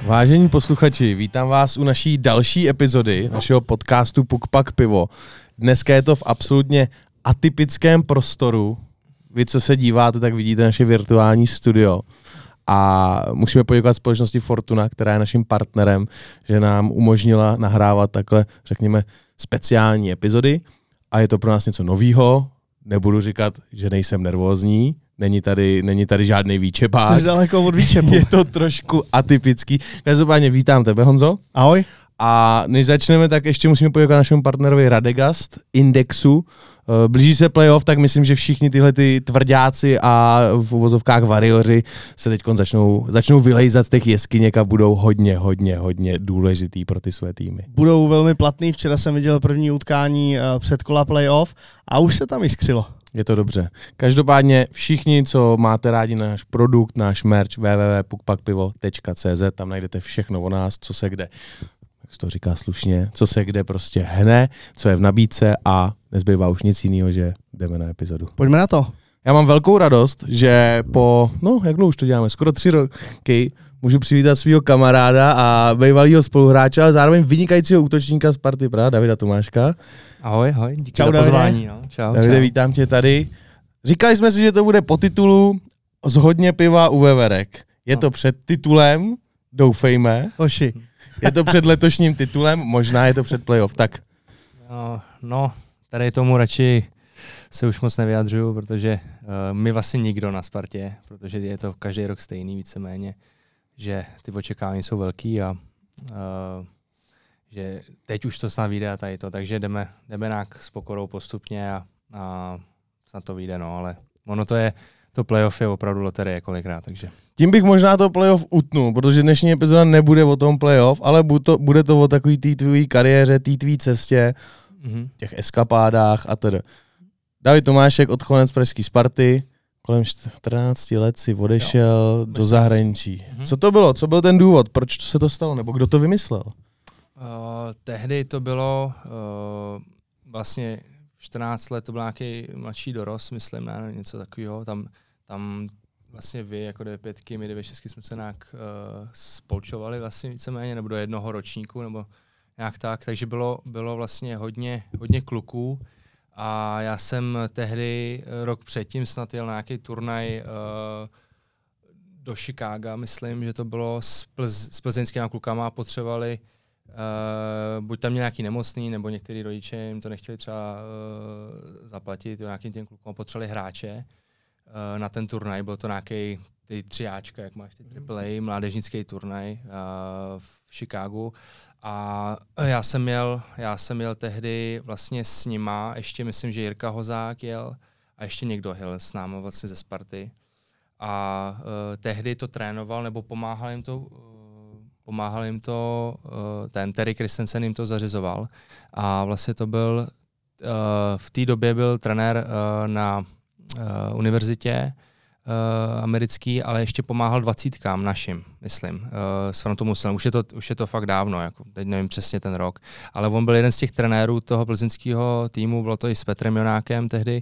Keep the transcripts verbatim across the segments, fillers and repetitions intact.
Vážení posluchači, vítám vás u naší další epizody našeho podcastu Puk Pak Pivo. Dneska je to v absolutně atypickém prostoru. Vy, co se díváte, tak vidíte naše virtuální studio. A musíme poděkovat společnosti Fortuna, která je naším partnerem, že nám umožnila nahrávat takhle, řekněme, speciální epizody. A je to pro nás něco novýho. Nebudu říkat, že nejsem nervózní. Není tady, není tady žádný výčepák. Jsi daleko od výčepu. Je to trošku atypický. Každopádně vítám tebe, Honzo. Ahoj. A než začneme, tak ještě musíme poděkovat našemu partnerovi Radegast, Indexu. Blíží se playoff, tak myslím, že všichni tyhle ty tvrdáci a v uvozovkách varioři se teď začnou, začnou vylejzat z těch jeskyněk a budou hodně, hodně, hodně důležitý pro ty své týmy. Budou velmi platný. Včera jsem viděl první utkání před kola playoff a už se tam jiskřilo. Je to dobře. Každopádně všichni, co máte rádi náš produkt, náš merch, w w w tečka puk pak pivo tečka c z, tam najdete všechno o nás, co se kde, jak se to říká slušně, co se kde prostě hne, co je v nabídce a nezbývá už nic jiného, že jdeme na epizodu. Pojďme na to. Já mám velkou radost, že po, no jak dlouho už to děláme, skoro tři roky, můžu přivítat svého kamaráda a bývalého spoluhráče, ale zároveň vynikajícího útočníka z Party Praha, Davida Tomáška. Ahoj, ahoj, díky čau, za pozvání. No. Čau, Davide, čau. vítám tě tady. Říkali jsme si, že to bude po titulu Z hodně piva u veverek. Je no. to před titulem, doufejme. Hoši. Je to před letošním titulem, možná je to před playoff. Tak. No, no, tady tomu radši se už moc nevyjadřuju, protože uh, my vlastně nikdo na Spartě, protože je to každý rok stejný víceméně, že ty očekávání jsou velký a uh, že teď už to snad vyjde a tady to, takže jdeme, jdeme nějak s pokorou postupně a, a snad to vyjde, no, ale ono to je, to playoff je opravdu loterie kolikrát, takže. Tím bych možná to playoff utnul, protože dnešní epizoda nebude o tom playoff, ale bude to, bude to o takový té tvojí kariéře, té tvý cestě, Mm-hmm. těch eskapádách a tedy. David Tomášek, odchovanec pražský Sparty, kolem čtrnácti let si odešel jo, do zahraničí. Mm-hmm. Co to bylo? Co byl ten důvod? Proč se to stalo? Nebo kdo to vymyslel? Uh, tehdy to bylo uh, vlastně čtrnáct let, to byl nějaký mladší dorost, myslím, ne, něco takového. Tam, tam vlastně vy jako D pět, my D šest jsme se nějak uh, spolčovali vlastně víceméně, nebo do jednoho ročníku, nebo nějak tak. Takže bylo, bylo vlastně hodně, hodně kluků a já jsem tehdy rok předtím snad jel na nějaký turnaj uh, do Chicaga, myslím, že to bylo s, Plz, s plzeňskými klukama, potřebovali Uh, buď tam měl nějaký nemocný, nebo některý rodiče jim to nechtěli třeba uh, zaplatit, nějakým těm klukům potřebovali hráče uh, na ten turnaj, byl to nějaký ty třiáčka, jak máš ty triple A, mládežnický turnaj uh, v Chicagu a já jsem měl, já jsem měl tehdy vlastně s nima, ještě myslím, že Jirka Hozák jel a ještě někdo jel s námi vlastně ze Sparty a uh, tehdy to trénoval, nebo pomáhal jim to uh, Pomáhal jim to, ten Terry Christensen jim to zařizoval a vlastně to byl, v té době byl trenér na univerzitě americký, ale ještě pomáhal dvacítkám našim, myslím, s Frontou Muslem. Už je to, už je to fakt dávno, jako, teď nevím přesně ten rok, ale on byl jeden z těch trenérů toho plzeňského týmu, bylo to i s Petrem Jonákem tehdy.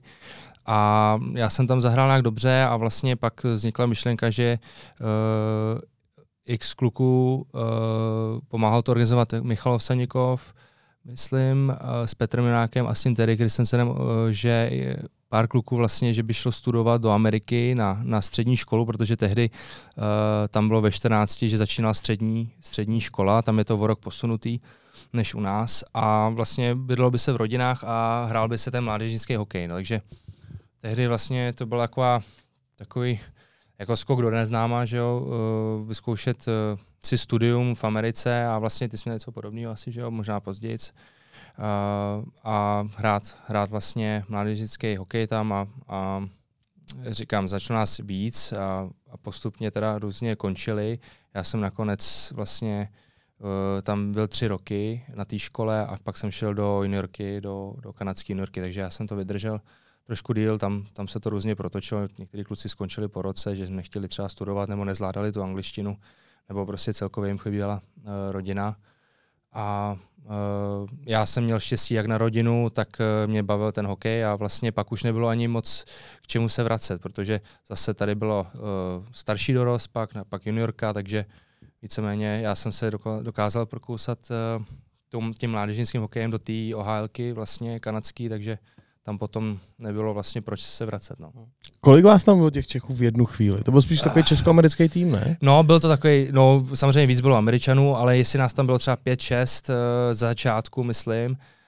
A já jsem tam zahrál nějak dobře a vlastně pak vznikla myšlenka, že uh, x kluků uh, pomáhal to organizovat Michal Ovsanikov, myslím, uh, s Petrem Jonákem a s tím Terry Christensenem, uh, že pár kluků vlastně, že by šlo studovat do Ameriky na, na střední školu, protože tehdy uh, tam bylo ve čtrnácti, že začínala střední, střední škola, tam je to o rok posunutý než u nás a vlastně bydlelo by se v rodinách a hrál by se ten mládežnický hokej, no, takže tehdy vlastně to byla taková, takový jako skok do neznáma, že jo, uh, vyzkoušet uh, si studium v Americe a vlastně ty jsi měl něco podobného asi, že jo, možná později. Uh, a hrát, hrát vlastně mládežnický hokej tam a, a říkám, začalo nás víc a, a postupně teda různě končili. Já jsem nakonec vlastně uh, tam byl tři roky na té škole a pak jsem šel do juniorky, do, do kanadské juniorky, takže já jsem to vydržel trošku díl, tam, tam se to různě protočilo, někteří kluci skončili po roce, že jsme chtěli třeba studovat nebo nezvládali tu angličtinu, nebo prostě celkově jim chyběla uh, rodina. A uh, já jsem měl štěstí jak na rodinu, tak uh, mě bavil ten hokej a vlastně pak už nebylo ani moc k čemu se vracet, protože zase tady bylo uh, starší dorost, pak, pak juniorka, takže víceméně já jsem se dokázal prokousat uh, tím mládežnickým hokejem do té OHLky vlastně kanadský, takže tam potom nebylo vlastně proč se vracet. No. Kolik vás tam bylo těch Čechů v jednu chvíli? To byl spíš takový česko-americký tým, ne? No, byl to takový, no samozřejmě víc bylo Američanů, ale jestli nás tam bylo třeba pět šest uh, za začátku, myslím,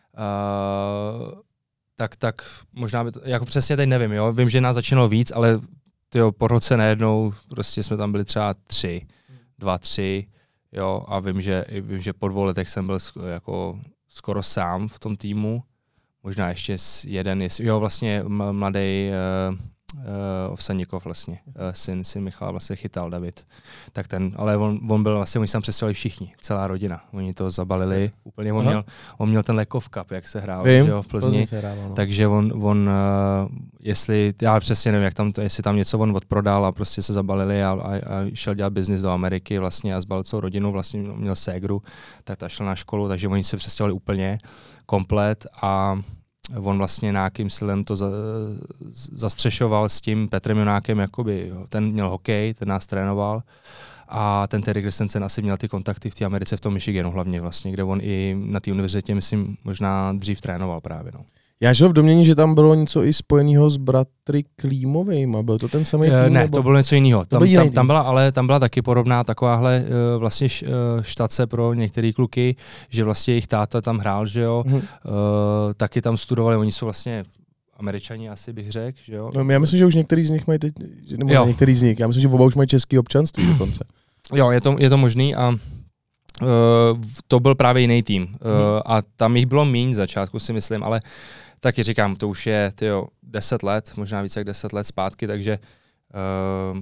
uh, tak, tak možná by to, jako přesně teď nevím, jo, vím, že nás začínalo víc, ale tyjo, po roce najednou prostě jsme tam byli třeba tři, dva, tři, jo, a vím, že, vím, že po dvou letech jsem byl jako skoro sám v tom týmu. Možná ještě jeden, jo, vlastně mladý uh, uh, Ovsaníkov vlastně, uh, syn, syn Michala vlastně chytal David. Tak ten, ale on, on byl vlastně, oni se tam představili všichni, celá rodina. Oni to zabalili úplně, on měl, on měl ten Lekov Cup, jak se hrál, Vím, že jo, v Plzni. Hrával, no. Takže on, on uh, jestli, já přesně nevím, jak tam to, jestli tam něco on odprodal a prostě se zabalili a, a, a šel dělat biznis do Ameriky vlastně a zbalil celou rodinu, vlastně měl ségru, tak ta šla na školu, takže oni se přestěhovali úplně komplet a on vlastně nějakým stylem to za, zastřešoval s tím Petrem Jonákem, jakoby, jo. Ten měl hokej, ten nás trénoval a ten Terry Christensen asi měl ty kontakty v té Americe, v tom Michiganu hlavně vlastně, kde on i na té univerzitě, myslím, možná dřív trénoval právě. No. Já žil v domění, že tam bylo něco i spojeného s bratry Klímovejma, byl to ten samý tým? Ne, nebo? to bylo něco jiného. Tam, jiný tam, tým. tam byla, ale tam byla taky podobná takováhle uh, vlastně š, uh, štace pro některé kluky, že vlastně jejich táta tam hrál, že jo, mm-hmm. uh, taky tam studovali, oni jsou vlastně Američani asi bych řekl, že jo. No, já myslím, že už některý z nich mají teď, nebo některý z nich, já myslím, že oba už mají český občanství dokonce. Jo, je to, je to možný a uh, to byl právě jiný tým uh, mm-hmm. a tam jich bylo míň z začátku, si myslím, ale taky říkám, to už je tyjo, deset let, možná více jak deset let zpátky, takže uh,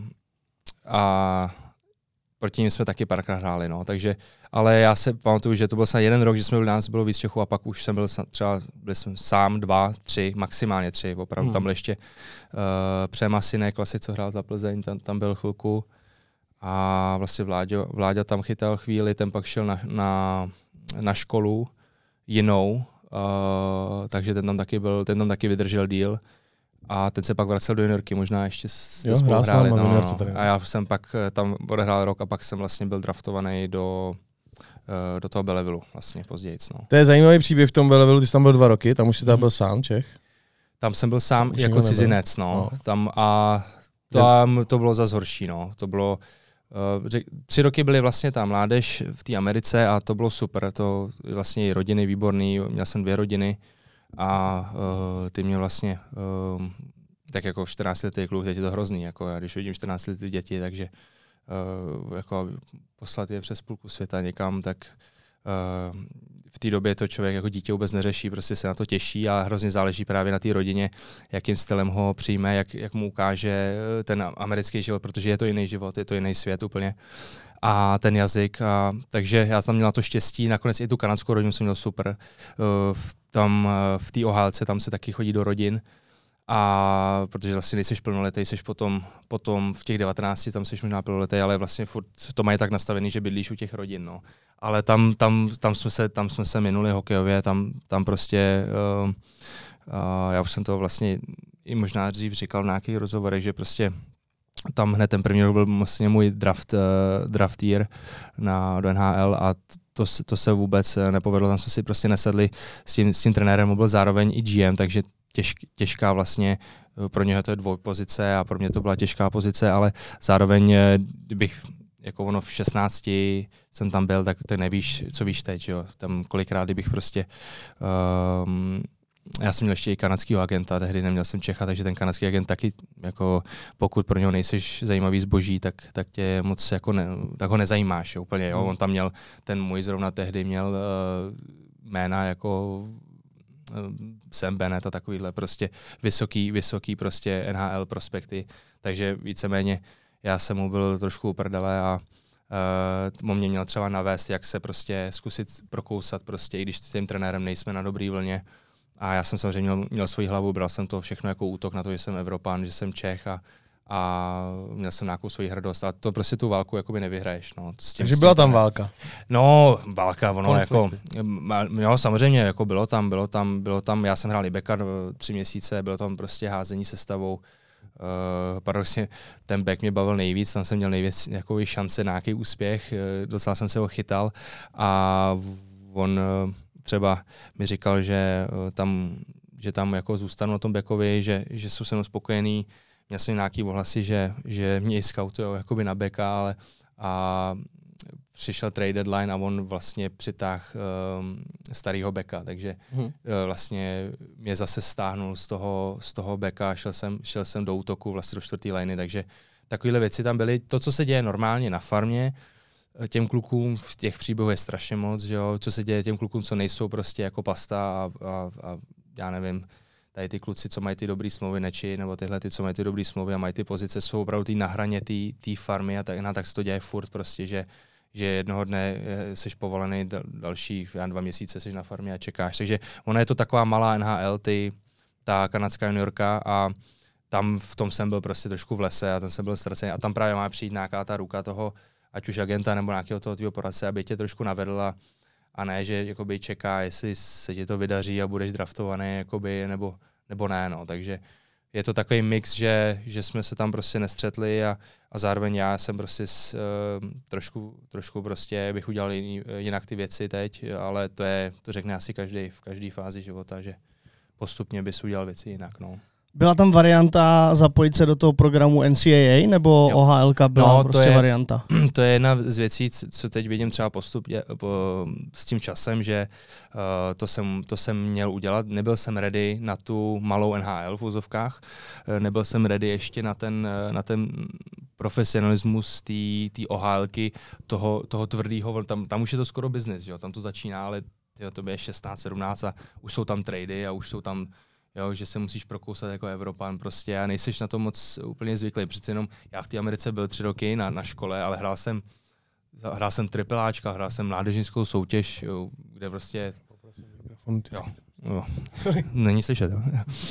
a proti ním jsme taky párkrát hráli, no, takže, ale já se pamatuju, že to byl snad jeden rok, že jsme byli, nás bylo víc Čechů a pak už jsem byl třeba, byl jsem sám dva, tři, maximálně tři, opravdu, hmm. tam byl ještě uh, Přema Synek, vlastně, co hrál za Plzeň, tam, tam byl chvilku a vlastně Vláďo, Vláďa tam chytal chvíli, ten pak šel na, na, na školu jinou, Uh, takže ten tam taky byl, ten tam taky vydržel díl a ten se pak vracel do juniorky, možná ještě jo, spolu hráli. No, no. A já jsem pak tam odehrál rok a pak jsem vlastně byl draftovaný do, uh, do toho Bellevillu vlastně později. No. To je zajímavý příběh v tom Bellevillu, ty jsi tam byl dva roky, tam už jsi tam byl sám Čech? Tam jsem byl sám tam jako cizinec, no. no. Tam a tam to bylo zas horší, no. To bylo Uh, řek, tři roky byly vlastně ta mládež v té Americe a to bylo super, to vlastně i rodiny výborný, měl jsem dvě rodiny a uh, ty mě vlastně, uh, tak jako čtrnáctiletý kluk, teď je to hrozný, jako já když vidím čtrnáctiletý děti, takže uh, jako poslat je přes půlku světa někam, tak uh, v té době to člověk jako dítě vůbec neřeší, prostě se na to těší a hrozně záleží právě na té rodině, jakým stylem ho přijme, jak, jak mu ukáže ten americký život, protože je to jiný život, je to jiný svět úplně. A ten jazyk, a, takže já tam měl to štěstí, nakonec i tu kanadskou rodinu jsem měl super. V, tam v té OHLce tam se taky chodí do rodin, a protože vlastně nejseš plnoletý, jsi potom, potom v těch devatenácti tam jsi možná plnoletý, ale vlastně furt to mají tak nastavený, že bydlíš u těch rodin, no. Ale tam, tam, tam, jsme se, tam jsme se minuli hokejově, tam, tam prostě, uh, uh, já už jsem to vlastně i možná dřív říkal v nějakých rozhovorech, že prostě tam hned ten první rok byl vlastně můj draft, uh, draft year na, do N H L a to, to se vůbec nepovedlo, tam jsme si prostě nesedli s tím, s tím trenérem, on byl zároveň i G M, takže těžk, těžká vlastně, pro něho to je dvojpozice a pro mě to byla těžká pozice, ale zároveň, kdybych jako ono v šestnácti jsem tam byl, tak ty nevíš, co víš teď, jo. Tam kolikrát, kdybych prostě, um, já jsem měl ještě i kanadského agenta, tehdy neměl jsem Čecha, takže ten kanadský agent taky, jako pokud pro něho nejseš zajímavý zboží, tak, tak tě moc jako ne, tak ho nezajímáš, jo, úplně, jo. On tam měl, ten můj zrovna tehdy měl uh, jména jako Sam Bennett a takovýhle prostě vysoký, vysoký prostě N H L prospekty, takže víceméně já jsem mu byl trošku uprdele a uh, on mě měl třeba navést, jak se prostě zkusit prokousat prostě, i když s tím trenérem nejsme na dobrý vlně. A já jsem samozřejmě měl, měl svoji hlavu, bral jsem to všechno jako útok na to, že jsem Evropan, že jsem Čech a, a měl jsem nějakou svoji hrdost a to prostě tu válku jakoby nevyhraješ. No, s tím, takže s tím byla tam ne. válka? No, válka, ono konflikty. Jako, jo, samozřejmě, jako bylo tam, bylo tam, bylo tam, já jsem hrál i backup tři měsíce, bylo tam prostě házení sestavou, Uh, paradoxně ten back mě bavil nejvíc, tam jsem měl nejvíc jako šance na nějaký úspěch, uh, docela jsem se ho chytal a on uh, třeba mi říkal, že uh, tam, že tam jako zůstanu na tom backovi, že, že jsou se mnou spokojený. Měl jsem nějaký ohlasy, že, že mě i scoutujou jakoby na backa, ale a přišel trade deadline a on vlastně přitáhl um, starýho backa, takže hmm. uh, vlastně mě zase stáhnul z toho, z toho backa, šel jsem, šel jsem do útoku vlastně do čtvrtý liney, takže takovéhle věci tam byly. To, co se děje normálně na farmě, těm klukům v těch příběhů je strašně moc, že jo? Co se děje těm klukům, co nejsou prostě jako pasta a, a, a já nevím, tady ty kluci, co mají ty dobrý smlouvy, Neči, nebo tyhle ty, co mají ty dobrý smlouvy a mají ty pozice, jsou opravdu tý na hraně té farmy a tak, no, tak se to děje furt prostě, že že jednoho dne jsi povolený, další já dva měsíce jsi na farmě a čekáš. Takže ona je to taková malá N H L, ty, ta kanadská juniorka a tam v tom jsem byl prostě trošku v lese a tam jsem byl ztracený a tam právě má přijít nějaká ta ruka toho, ať už agenta nebo nějakého toho tvýho poradce, aby tě trošku navedl a, a ne, že jakoby čeká, jestli se ti to vydaří a budeš draftovaný, jakoby, nebo, nebo ne. No. Takže je to takový mix, že, že jsme se tam prostě nestřetli a, a zároveň já jsem prostě s, uh, trošku, trošku prostě bych udělal jiný, jinak ty věci teď, ale to je, to řekne asi každý v každé fázi života, že postupně bys udělal věci jinak. No. Byla tam varianta zapojit se do toho programu N C A A, nebo jo. O H L byla no, prostě je, varianta? To je jedna z věcí, co teď vidím třeba postupně po, s tím časem, že uh, to, jsem, to jsem měl udělat. Nebyl jsem ready na tu malou N H L v úzovkách, nebyl jsem ready ještě na ten, na ten profesionalismus té OHLky, toho, toho tvrdého, tam, tam už je to skoro business, jo? Tam to začíná, ale tyjo, to je šestnáct sedmnáct a už jsou tam trady a už jsou tam jo, že se musíš prokousat jako Evropan prostě a nejseš na to moc úplně zvyklý. Přece jenom já v té Americe byl tři roky na, na škole, ale hrál jsem hrál jsem tripeláčka, hrál jsem mládežnickou soutěž, jo, kde prostě jo, jo, není slyšet. Jo.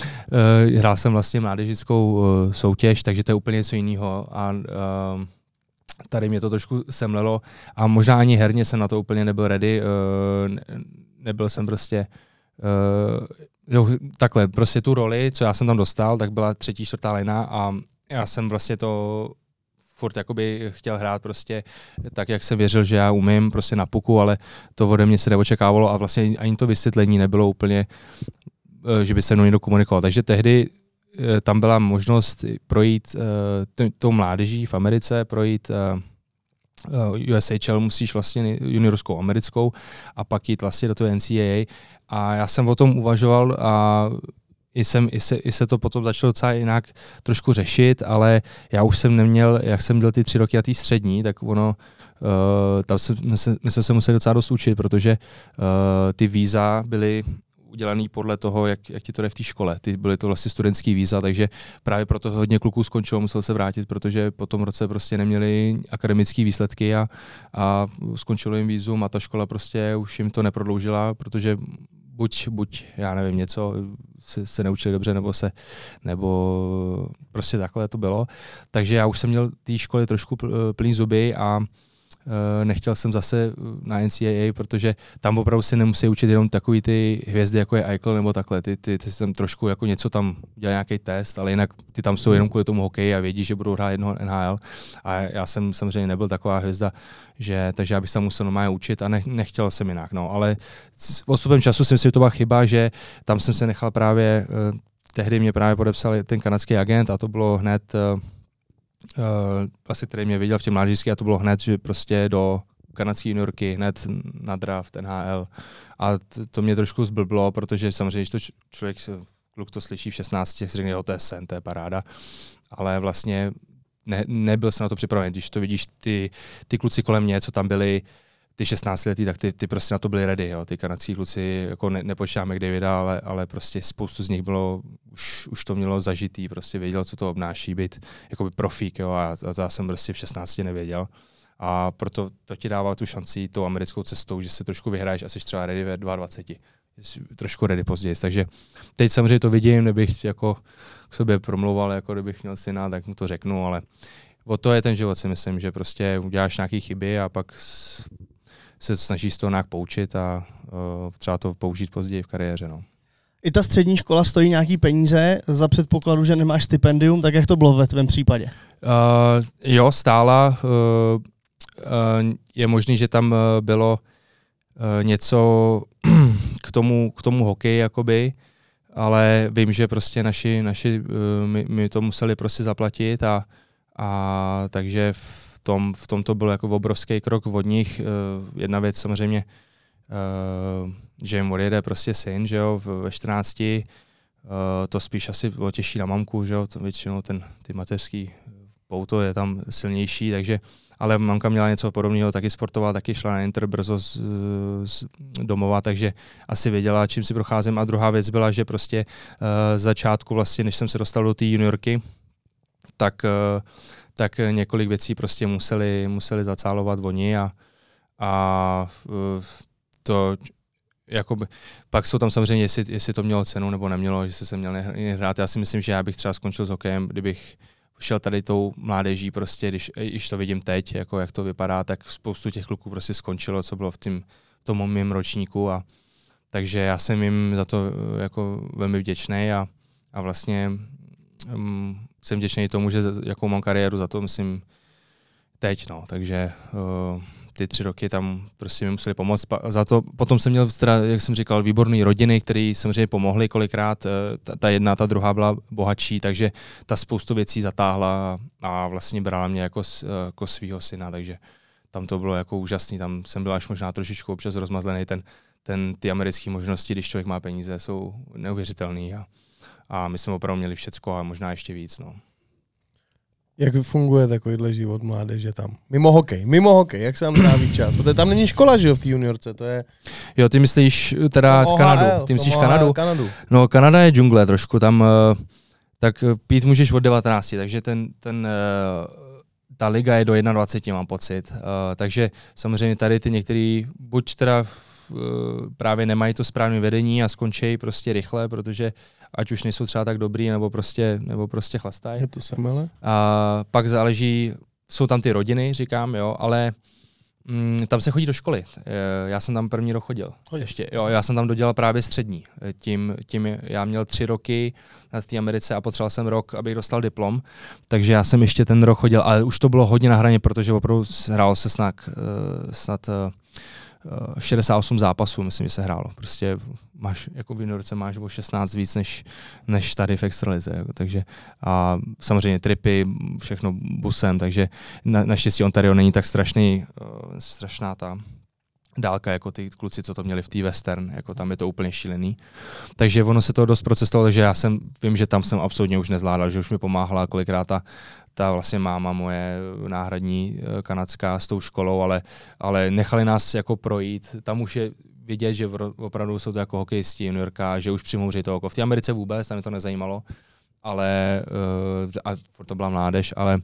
Hrál jsem vlastně mládežnickou soutěž, takže to je úplně něco jiného a uh, tady mě to trošku semlelo a možná ani herně jsem na to úplně nebyl ready, uh, nebyl jsem prostě uh, jo, takhle, prostě tu roli, co já jsem tam dostal, tak byla třetí, čtvrtá lina a já jsem vlastně to furt jakoby chtěl hrát prostě tak, jak jsem věřil, že já umím prostě na puku, ale to ode mě se neočekávalo a vlastně ani to vysvětlení nebylo úplně, že by se mnou někdo komunikoval. Takže tehdy tam byla možnost projít tou mládeží v Americe, projít U S H L, musíš vlastně juniorskou americkou a pak jít vlastně do toho N C A A a já jsem o tom uvažoval a i, jsem, i, se, i se to potom začalo docela jinak trošku řešit, ale já už jsem neměl, jak jsem dělal ty tři roky na té střední, tak ono, uh, tam se, my, se, my jsme se museli docela dost učit, protože uh, ty víza byly udělaný podle toho, jak, jak ti to jde v té škole. Ty byly to vlastně studentský víza, takže právě proto hodně kluků skončilo, musel se vrátit, protože po tom roce prostě neměli akademické výsledky a, a skončilo jim vízum a ta škola prostě už jim to neprodloužila, protože buď, buď já nevím, něco se, se neučili dobře, nebo se, nebo prostě takhle to bylo. Takže já už jsem měl té školy trošku plný zuby a nechtěl jsem zase na N C A A, protože tam opravdu si nemusí učit jenom takový ty hvězdy, jako je Eichel nebo takhle. Ty, ty, ty tam trošku jako něco tam dělají nějaký test, ale jinak ty tam jsou jenom kvůli tomu hokeji a vědí, že budou hrát jednoho N H L. A já jsem samozřejmě nebyl taková hvězda, že, takže já bych se musel normálně učit a ne, nechtěl jsem jinak. No. Ale s postupem času si myslím, že to byla chyba, že tam jsem se nechal právě, eh, tehdy mě právě podepsal ten kanadský agent a to bylo hned eh, Uh, vlastně, který mě viděl v těm mládežnický a to bylo hned, že prostě do kanadské juniorky, hned na draft N H L. A t- to mě trošku zblblo, protože samozřejmě, když to č- člověk, kluk to slyší v šestnácti, si řekne, jo, to je sen, to je paráda. Ale vlastně ne, nebyl jsem na to připravený. Když to vidíš, ty, ty kluci kolem mě, co tam byli, ty šestnáctiletí, tak ty, ty prostě na to byli ready. Jo. Ty kanadský kluci, jako ne, nepočítáme Davida, ale, ale prostě spoustu z nich bylo, už, už to mělo zažitý, prostě věděl, co to obnáší být jakoby profík, jo, a, a to já jsem prostě v šestnácti nevěděl. A proto to ti dává tu šanci tou americkou cestou, že se trošku vyhraješ a jsi třeba ready ve dvaceti dvou. Trošku ready později. Takže teď samozřejmě to vidím, nebych jako k sobě promlouval, jako kdybych měl syna, tak mu to řeknu, ale o to je ten život, si myslím, že prostě uděláš nějaké chyby a pak se snaží z toho nějak poučit a uh, třeba to použít později v kariéře. No. I ta střední škola stojí nějaký peníze za předpokladu, že nemáš stipendium, tak jak to bylo ve tvém případě? Uh, jo, stála. Uh, uh, je možný, že tam uh, bylo uh, něco k tomu, k tomu hokeji, jakoby, ale vím, že prostě naši, naši uh, my, my to museli prostě zaplatit a, a takže v tom, v tom to byl jako obrovský krok od nich. Uh, jedna věc samozřejmě, uh, že jim odjede prostě syn, že jo, ve čtrnácti, uh, to spíš asi bylo těžší na mamku, že jo, to většinou ten, ty mateřský pouto je tam silnější, takže, ale mamka měla něco podobného, taky sportovala, taky šla na Inter brzo z, z domova, takže asi věděla, čím si procházím. A druhá věc byla, že prostě uh, z začátku vlastně, než jsem se dostal do té juniorky, tak, uh, tak několik věcí prostě museli, museli zacálovat oni a, a uh, to jakoby, pak jsou tam samozřejmě, jestli, jestli to mělo cenu nebo nemělo, jestli jsem měl hrát. Já si myslím, že já bych třeba skončil s hokejem, kdybych šel tady tou mládeží, prostě, když, když to vidím teď, jako jak to vypadá, tak spoustu těch kluků prostě skončilo, co bylo v tým, tom mým ročníku. A, takže já jsem jim za to jako velmi vděčný a, a vlastně um, jsem vděčný tomu, že jakou mám kariéru, za to myslím teď. No. Takže uh, ty tři roky tam prostě mi museli pomoct. Za to potom jsem měl, teda, jak jsem říkal, výborné rodiny, které samozřejmě pomohly kolikrát. Ta, ta jedna, ta druhá byla bohatší, takže ta spoustu věcí zatáhla a vlastně brala mě jako, jako svýho syna, takže tam to bylo jako úžasný. Tam jsem byl až možná trošičku občas rozmazlený. Ten, ten, ty americké možnosti, když člověk má peníze, jsou neuvěřitelný a, a my jsme opravdu měli všecko a možná ještě víc. No. Jak funguje takovýhle život mládeže tam? Mimo hokej, mimo hokej, jak se tam tráví čas? Protože tam není škola, že jo, v té juniorce, to je... Jo, ty myslíš teda O H L, Kanadu, ty myslíš Kanadu? Kanadu? No, Kanada je džungle trošku, tam tak pít můžeš od devatenácti, takže ten, ten, ta liga je do dvaceti jedna, mám pocit. Takže samozřejmě tady ty některý, buď teda právě nemají to správné vedení a skončí prostě rychle, protože ať už nejsou třeba tak dobrý, nebo prostě, nebo prostě chlastají. Je to semele? A pak záleží, jsou tam ty rodiny, říkám, jo, ale mm, tam se chodí do školy. Já jsem tam první rok chodil. Ještě, jo, já jsem tam dodělal právě střední. Tím, tím já měl tři roky na té Americe a potřeboval jsem rok, abych dostal diplom, takže já jsem ještě ten rok chodil, ale už to bylo hodně na hraně, protože opravdu hrálo se snad, snad šedesát osm zápasů, myslím, že se hrálo. Prostě máš, jako v juniorce máš o šestnáct víc než, než tady v extralize. Jako, takže a samozřejmě tripy, všechno busem, takže na, naštěstí Ontario není tak strašný, uh, strašná ta dálka, jako ty kluci, co to měli v té Western, jako tam je to úplně šílený. Takže ono se to dost procestovalo, takže já jsem, vím, že tam jsem absolutně už nezvládal, že už mi pomáhala kolikrát ta, ta vlastně máma moje náhradní kanadská s tou školou, ale, ale nechali nás jako projít. Tam už je vidět, že opravdu jsou to jako hokejisti juniorka, že už přimouří to oko. V té Americe vůbec, tam mě to nezajímalo, ale a to byla mládež, ale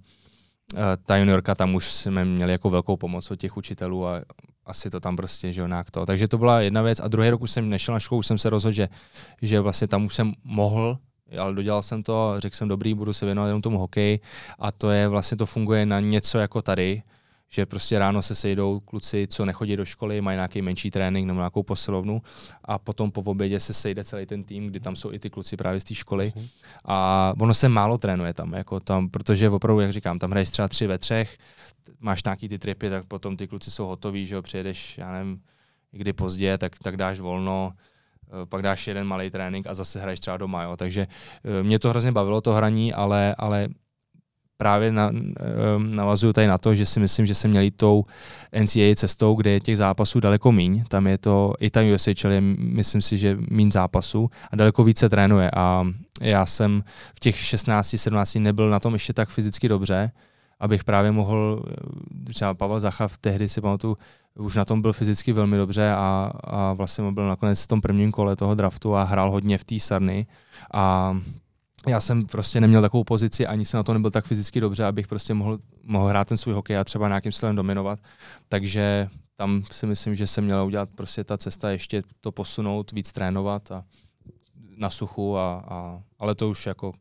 ta juniorka tam už jsme měli jako velkou pomoc od těch učitelů a asi to tam prostě, že nějak to. Takže to byla jedna věc a druhý rok už jsem nešel na školu, už jsem se rozhodl, že, že vlastně tam už jsem mohl, ale dodělal jsem to, řekl jsem dobrý, budu se věnovat jenom tomu hokeji a to je vlastně, to funguje na něco jako tady, že prostě ráno se sejdou kluci, co nechodí do školy, mají nějaký menší trénink nebo nějakou posilovnu a potom po obědě se sejde celý ten tým, kdy tam jsou i ty kluci právě z té školy a ono se málo trénuje tam, jako tam, protože opravdu, jak říkám, tam hraješ třeba tři ve třech, máš nějaký ty tripy, tak potom ty kluci jsou hotoví, že jo, přijedeš, já nevím, kdy pozdě, tak, tak dáš volno, pak dáš jeden malý trénink a zase hraješ třeba doma, jo, takže mě to hrozně bavilo, to hraní, ale, ale právě na, navazuju tady na to, že si myslím, že jsem měl jít tou N C A A cestou, kde je těch zápasů daleko míň. Tam je to, i tam U S H L je, myslím si, že míň zápasů a daleko více trénuje. A já jsem v těch šestnácti sedmnácti nebyl na tom ještě tak fyzicky dobře, abych právě mohl, třeba Pavel Zacha v tehdy si pamatuju, už na tom byl fyzicky velmi dobře a, a vlastně byl nakonec v tom prvním kole toho draftu a hrál hodně v té Sarny. A já jsem prostě neměl takovou pozici, ani jsem na to nebyl tak fyzicky dobře, abych prostě mohl, mohl hrát ten svůj hokej a třeba nějakým stylem dominovat. Takže tam si myslím, že jsem měl udělat prostě ta cesta, ještě to posunout, víc trénovat a na suchu, a, a, ale to už jako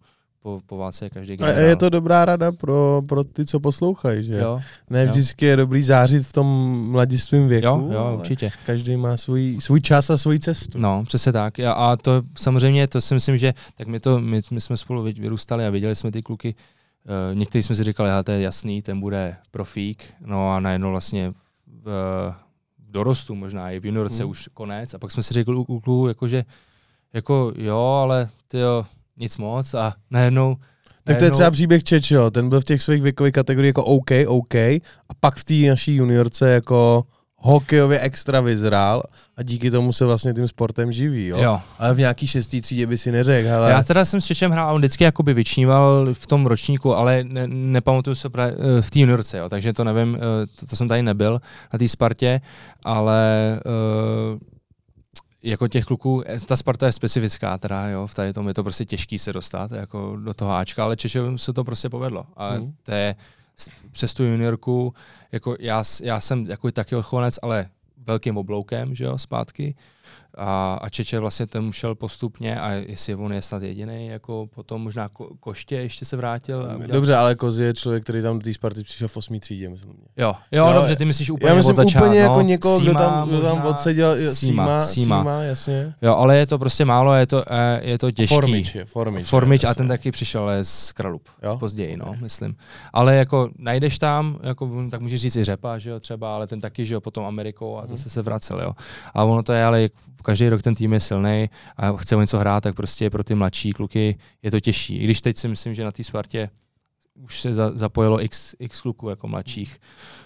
po, po válce je každý generál. A je to dobrá rada pro, pro ty, co poslouchají, že? Jo, ne vždycky jo. je dobrý zářit v tom mladistvím věku. Jo, jo, určitě. Každý má svůj, svůj čas a svůj cestu. No, přesně tak. A to samozřejmě, to si myslím, že tak my, to, my, my jsme spolu vyrůstali a viděli jsme ty kluky. Uh, někteří jsme si říkali, hele, to je jasný, ten bude profík. No a najednou vlastně v, v dorostu možná i v juniorce hmm. už konec. A pak jsme si řekli u kluků, jakože jako jo, ale tyjo, nic moc a najednou... Tak to je třeba příběh Čečo, ten byl v těch svých věkových kategoriích jako OK, OK a pak v té naší juniorce jako hokejově extra vyzrál a díky tomu se vlastně tím sportem živí, jo? jo. Ale v nějaký šestý třídě by si neřekl, hele. Já teda jsem s Čečem hrál, on vždycky jakoby vyčníval v tom ročníku, ale ne, nepamatuju se v té juniorce, jo, takže to nevím, to, to jsem tady nebyl na té Spartě, ale uh, jako těch kluků, ta Sparta je specifická teda, jo, v tady tom je to prostě těžký se dostat jako do toho Ačka, ale Čečem se to prostě povedlo a hmm. to je přes tu juniorku, jako já, já jsem jako taky odchovanec, ale velkým obloukem, že jo, zpátky. A, a Čeče vlastně ten šel postupně a jestli on je snad jediný, jako potom možná ko, Koště ještě se vrátil. A udělal... Dobře, ale Koz je člověk, který tam do té Sparty přišel v osmý třídě, myslím. Jo, jo, jo, dobře, ty myslíš úplně já myslím od začátku. úplně jako no, někoho, Sýma, kdo tam, kdo tam odseděl, Sýma, Sýma, Sýma, jasně. Jo, ale je to prostě málo, je to, je to těžký. Formič je, Formič. Formič a ten taky přišel z Kralup, jo? Později, no, myslím. Ale jako najdeš tam, jako, tak můžeš říct i Řepa, že jo, třeba, ale ten taky, že jo, potom Amerikou a zase se vracel, jo. A ono to je, ale každý rok ten tým je silný a chce o něco hrát, tak prostě pro ty mladší kluky je to těžší. I když teď si myslím, že na té Spartě už se za, zapojilo x, x kluků jako mladších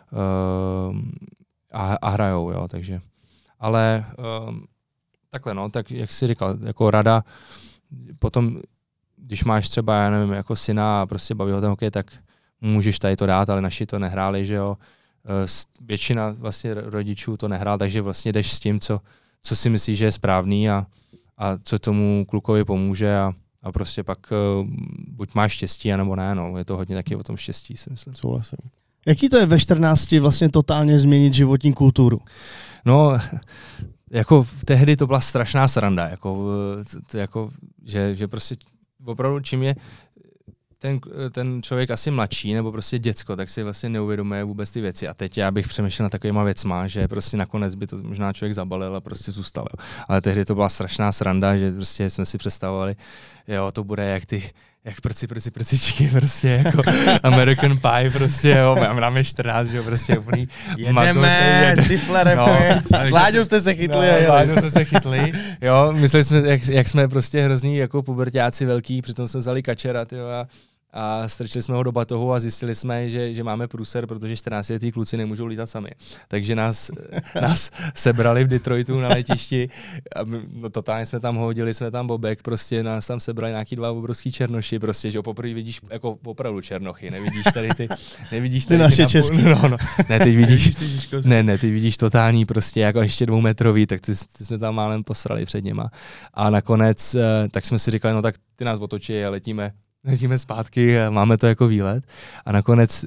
uh, a, a hrajou, jo, takže. Ale uh, takhle, no, tak jak jsi říkal, jako rada, potom, když máš třeba, já nevím, jako syna a prostě baví ho ten hokej, tak můžeš tady to dát, ale naši to nehráli, že jo. Uh, většina vlastně rodičů to nehrál, takže vlastně jdeš s tím, co co si myslíš, že je správný a, a co tomu klukovi pomůže a, a prostě pak uh, buď máš štěstí, anebo ne, no. Je to hodně taky o tom štěstí, si myslím. Souhlasím. Jaký to je ve čtrnácti vlastně totálně změnit životní kulturu? No, jako tehdy to byla strašná sranda, jako, to, jako že, že prostě opravdu čím je ten, ten člověk asi mladší, nebo prostě děcko, tak si vlastně neuvědomuje vůbec ty věci. A teď já bych přemýšlel na takovýma věcma, že prostě nakonec by to možná člověk zabalil a prostě zůstal. Jo. Ale tehdy to byla strašná sranda, že prostě jsme si představovali, jo, to bude jak ty, jak prci, prci, prcičky, prostě jako American Pie, prostě, jo, nám je čtrnáct, že jo, prostě úplný. Jedeme, s Tiflerem, no, s Láďou jste se chytli. No, s Láďou jsme se chytli, jo, mysleli jsme, jak, jak jsme prostě hrozný jako puberťáci velký, přitom jsme vzali kačera, tyjo, a a strčili jsme ho do batohu a zjistili jsme, že, že máme průser, protože čtrnáctiletí kluci nemůžou lítat sami. Takže nás, nás sebrali v Detroitu na letišti, a no, totálně jsme tam hodili, jsme tam bobek, prostě nás tam sebrali nějaký dva obrovský černoši, prostě, že poprvé vidíš jako opravdu černochy, nevidíš tady ty, nevidíš tady ty naše ty český. No, no, ne, ty vidíš, ne, ne, ty vidíš totální prostě jako ještě dvoumetrový, tak ty, ty jsme tam málem posrali před něma. A nakonec, tak jsme si říkali, no tak ty nás otočí a letíme letíme zpátky a máme to jako výlet. A nakonec uh,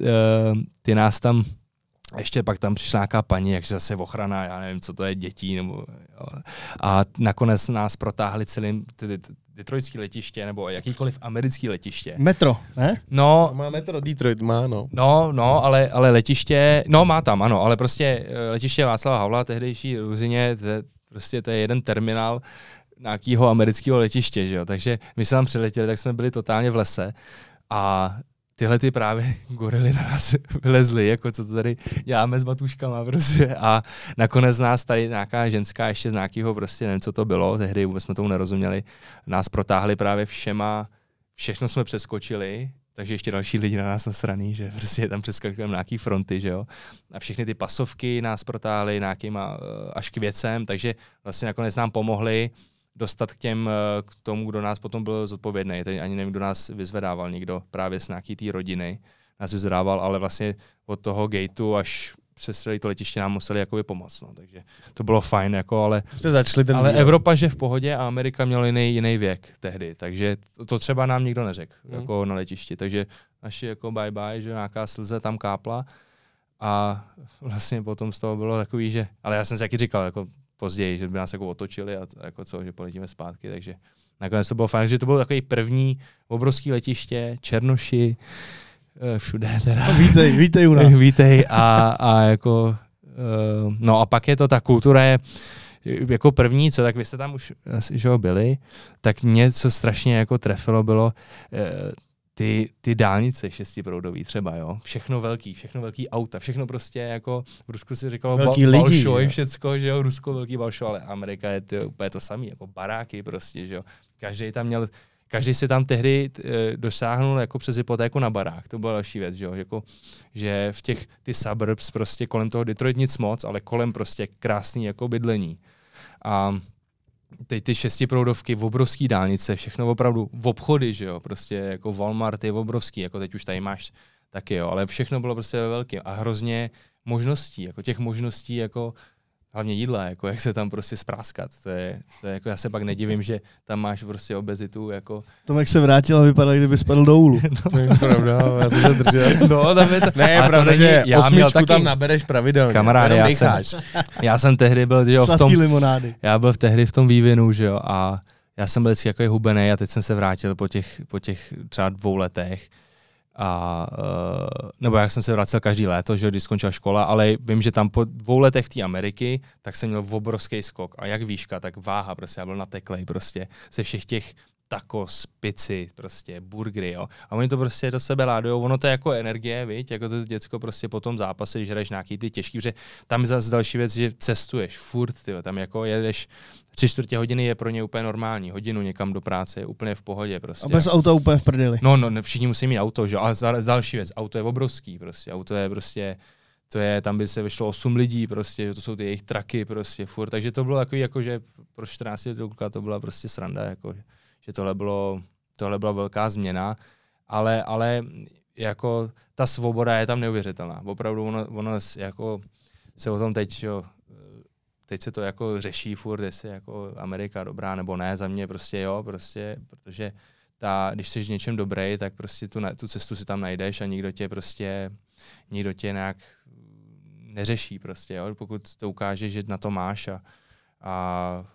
ty nás tam, ještě pak tam přišla nějaká paní, jakže zase ochrana, já nevím, co to je, dětí, nebo jo. A nakonec nás protáhli celým detroitský letiště, nebo jakýkoliv americký letiště. Metro, ne? No, má metro, Detroit má, no. No, no, ale, ale letiště, no má tam, ano, ale prostě letiště Václava Havla, tehdejší Ruzině, to je, prostě to je jeden terminál nějakého amerického letiště, že jo, takže my jsme tam přiletěli, tak jsme byli totálně v lese a tyhle ty právě gorily na nás vylezly, jako co to tady děláme s batuškama prostě a nakonec nás tady nějaká ženská ještě z nějakého prostě, nevím co to bylo, tehdy vůbec jsme tomu nerozuměli, nás protáhli právě všema, všechno jsme přeskočili, takže ještě další lidi na nás nasraný, že prostě tam přeskakujeme nějaký fronty, že jo. A všechny ty pasovky nás protáhli nějakýma až k věcem, takže vlastně nakonec nám pomohli dostat k těm, k tomu, kdo nás potom byl zodpovědný. Teď ani nevím, kdo nás vyzvedával, někdo právě z nějaký té rodiny nás vyzvedával, ale vlastně od toho gateu až přes celé to letiště nám museli jakoby pomoct. No. Takže to bylo fajn, jako, ale, ten ale díl. Evropa že v pohodě a Amerika měla jiný, jiný věk tehdy, takže to, to třeba nám nikdo neřekl hmm. jako na letišti. Takže naši jako bye bye, že nějaká slze tam kápla a vlastně potom z toho bylo takový, že, ale já jsem si taky říkal, jako později, že by nás jako otočili a jako co, že poletíme zpátky, takže nakonec to bylo fajn, že to bylo takový první obrovský letiště, Černoši, všude teda. No, vítej, vítej u nás. Vítej a, a jako, no a pak je to, ta kultura je, jako první, co, tak vy jste tam už asi, že ho byli, tak něco strašně jako trefilo bylo ty, ty dálnice šestiproudový třeba, jo, všechno velký, všechno velký auta, všechno prostě jako, v Rusku si říkalo velký ba- lidi, balšoj, všecko, že jo, Rusko velký balšoj, ale Amerika je to úplně to samý, jako baráky prostě, že jo, každý tam měl, každý si tam tehdy e, dosáhnul jako přes hypotéku na barák, to byla další věc, že jo, jako, že v těch, ty suburbs prostě kolem toho Detroit nic moc, ale kolem prostě krásný jako bydlení. A teď ty šestiproudovky, obrovský dálnice, všechno opravdu v obchody, že jo, prostě jako Walmart je obrovský, jako teď už tady máš taky, jo, ale všechno bylo prostě ve velkém a hrozně možností, jako těch možností, jako hlavně jídla, jako jak se tam prostě spráskat, to je, to je jako, já se pak nedivím, že tam máš prostě obezitu, jako. Tomek se vrátil a vypadal, kdyby spadl do úlu. No. To je pravda, já jsem se držel. No, tam je to, ne, je pravda, není, že já osmičku taky, tam nabereš pravidelně. Kamaráde, já jsem, já jsem tehdy byl, že jo, v tom, limonády. Já byl v tehdy v tom vývinu, že jo, a já jsem byl vždycky jako hubenej a teď jsem se vrátil po těch, po těch třeba dvou letech. A, uh, nebo jak jsem se vracel každý léto, že když skončila škola, ale vím, že tam po dvou letech v té Ameriky, tak jsem měl obrovský skok. A jak výška, tak váha, prostě já byl nateklej prostě ze všech těch tacos, pici, prostě burgery, jo. A oni to prostě do sebe ládujou, ono to je jako energie, viď, jako to děcko prostě po tom zápase, když hraješ nějaký ty těžký, protože tam je zase další věc, že cestuješ furt, tyjo, tam jako jedeš tři čtvrtě hodiny je pro ně úplně normální, hodinu někam do práce je úplně v pohodě prostě. A bez auta úplně v prdeli. No, no, všichni musí mít auto, že? A další věc, auto je obrovský prostě, auto je prostě, to je, tam by se vyšlo osm lidí prostě, to jsou ty jejich traky prostě furt, takže to bylo takový jako, že pro čtrnáctiletého kluka to byla prostě sranda, jako, že tohle bylo, tohle byla velká změna, ale, ale jako ta svoboda je tam neuvěřitelná, opravdu ono, ono jako se o tom teď, jo, teď se to jako řeší furt, jestli jako Amerika dobrá nebo ne, za mě prostě jo, prostě, protože ta, když jsi v něčem dobrý, tak prostě tu, tu cestu si tam najdeš a nikdo tě prostě, nikdo tě nějak neřeší prostě, jo, pokud to ukáže, že na to máš a, a,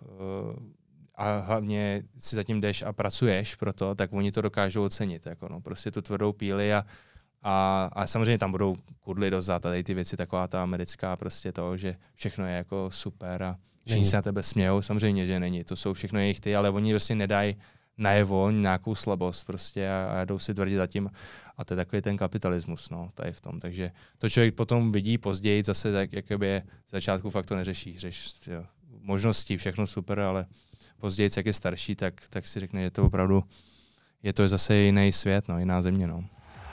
a hlavně si zatím jdeš a pracuješ pro to, tak oni to dokážou ocenit, jako no, prostě tu tvrdou píli a A, a samozřejmě tam budou kudly dozad a tady ty věci, taková ta americká prostě to, že všechno je jako super a všichni se na tebe smějou, samozřejmě, že není, to jsou všechno jejich ty, ale oni prostě nedají najevo nějakou slabost prostě a, a jdou si tvrdit zatím a to je takový ten kapitalismus, no, tady v tom, takže to člověk potom vidí později zase tak, jakoby z začátku fakt to neřeší, řeš, jo, možnosti, všechno super, ale později, jak je starší, tak, tak si řekne, že to opravdu, je to zase jiný svět, no, jiná země, no.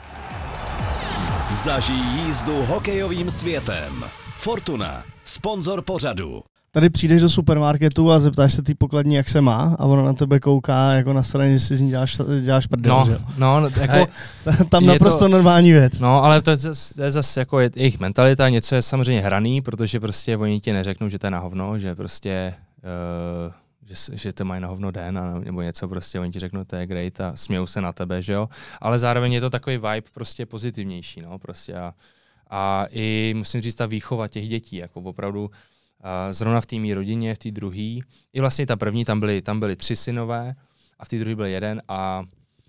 Zažij jízdu hokejovým světem. Fortuna, sponzor pořadu. Tady přijdeš do supermarketu a zeptáš se té pokladní, jak se má, a ona na tebe kouká jako na straně, že si z ní děláš, děláš prdel, no, že? No, no, jako, tam naprosto to, normální věc. No, ale to je zase, to je zase jako je, jejich mentalita, něco je samozřejmě hraný, protože prostě oni ti neřeknou, že to je na hovno, že prostě uh, že, že to mají na hovno den a, nebo něco prostě, oni ti řeknou, to je great a smějou se na tebe, že jo, ale zároveň je to takový vibe prostě pozitivnější, no, prostě a, a i musím říct ta výchova těch dětí, jako opravdu a zrovna v té mý rodině, v té druhé, i vlastně ta první, tam byly, tam byly tři synové a v té druhé byl jeden a, a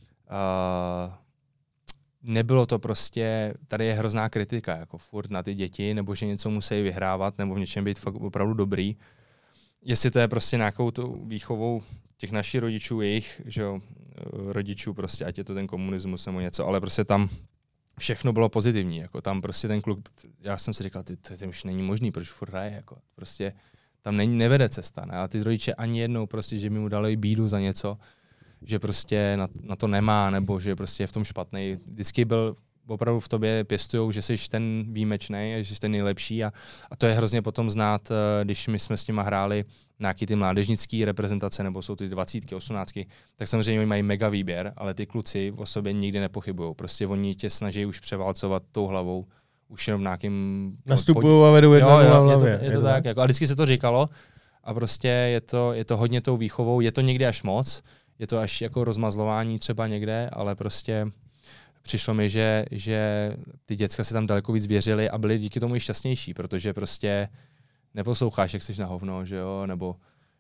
nebylo to prostě, tady je hrozná kritika, jako furt na ty děti, nebo že něco musí vyhrávat, nebo v něčem být fakt opravdu dobrý. Jestli to je prostě nějakou tou výchovou těch našich rodičů, jejich, že jo, rodičů prostě, ať je to ten komunismus nebo něco, ale prostě tam všechno bylo pozitivní, jako tam prostě ten kluk, já jsem si říkal, ty, to, to už není možný, proč furt hraje, jako prostě tam není, nevede cesta, ne? A ty rodiče ani jednou prostě, že mi mu dali bídu za něco, že prostě na, na to nemá, nebo že prostě je v tom špatný. Vždycky byl opravdu v tobě pěstujou, že jsi ten výjimečný, že jsi ten nejlepší a, a to je hrozně potom znát, když my jsme s nima hráli nějaký ty mládežnický reprezentace, nebo jsou ty dvacítky, osmnáctky, tak samozřejmě oni mají mega výběr, ale ty kluci o sobě nikdy nepochybují. Prostě oni tě snaží už převálcovat tou hlavou, už jenom v nějakým... Nastupují a vedou jednou na hlavě. Je to, je to, je to tak, jako, a vždycky se to říkalo a prostě je to, je to hodně tou výchovou, je to někdy až moc, je to až jako rozmazlování třeba někde, ale prostě přišlo mi, že, že ty děcka se tam daleko víc věřili a byli díky tomu i šťastnější, protože prostě neposloucháš, jak jsi na hovno, že jo, nebo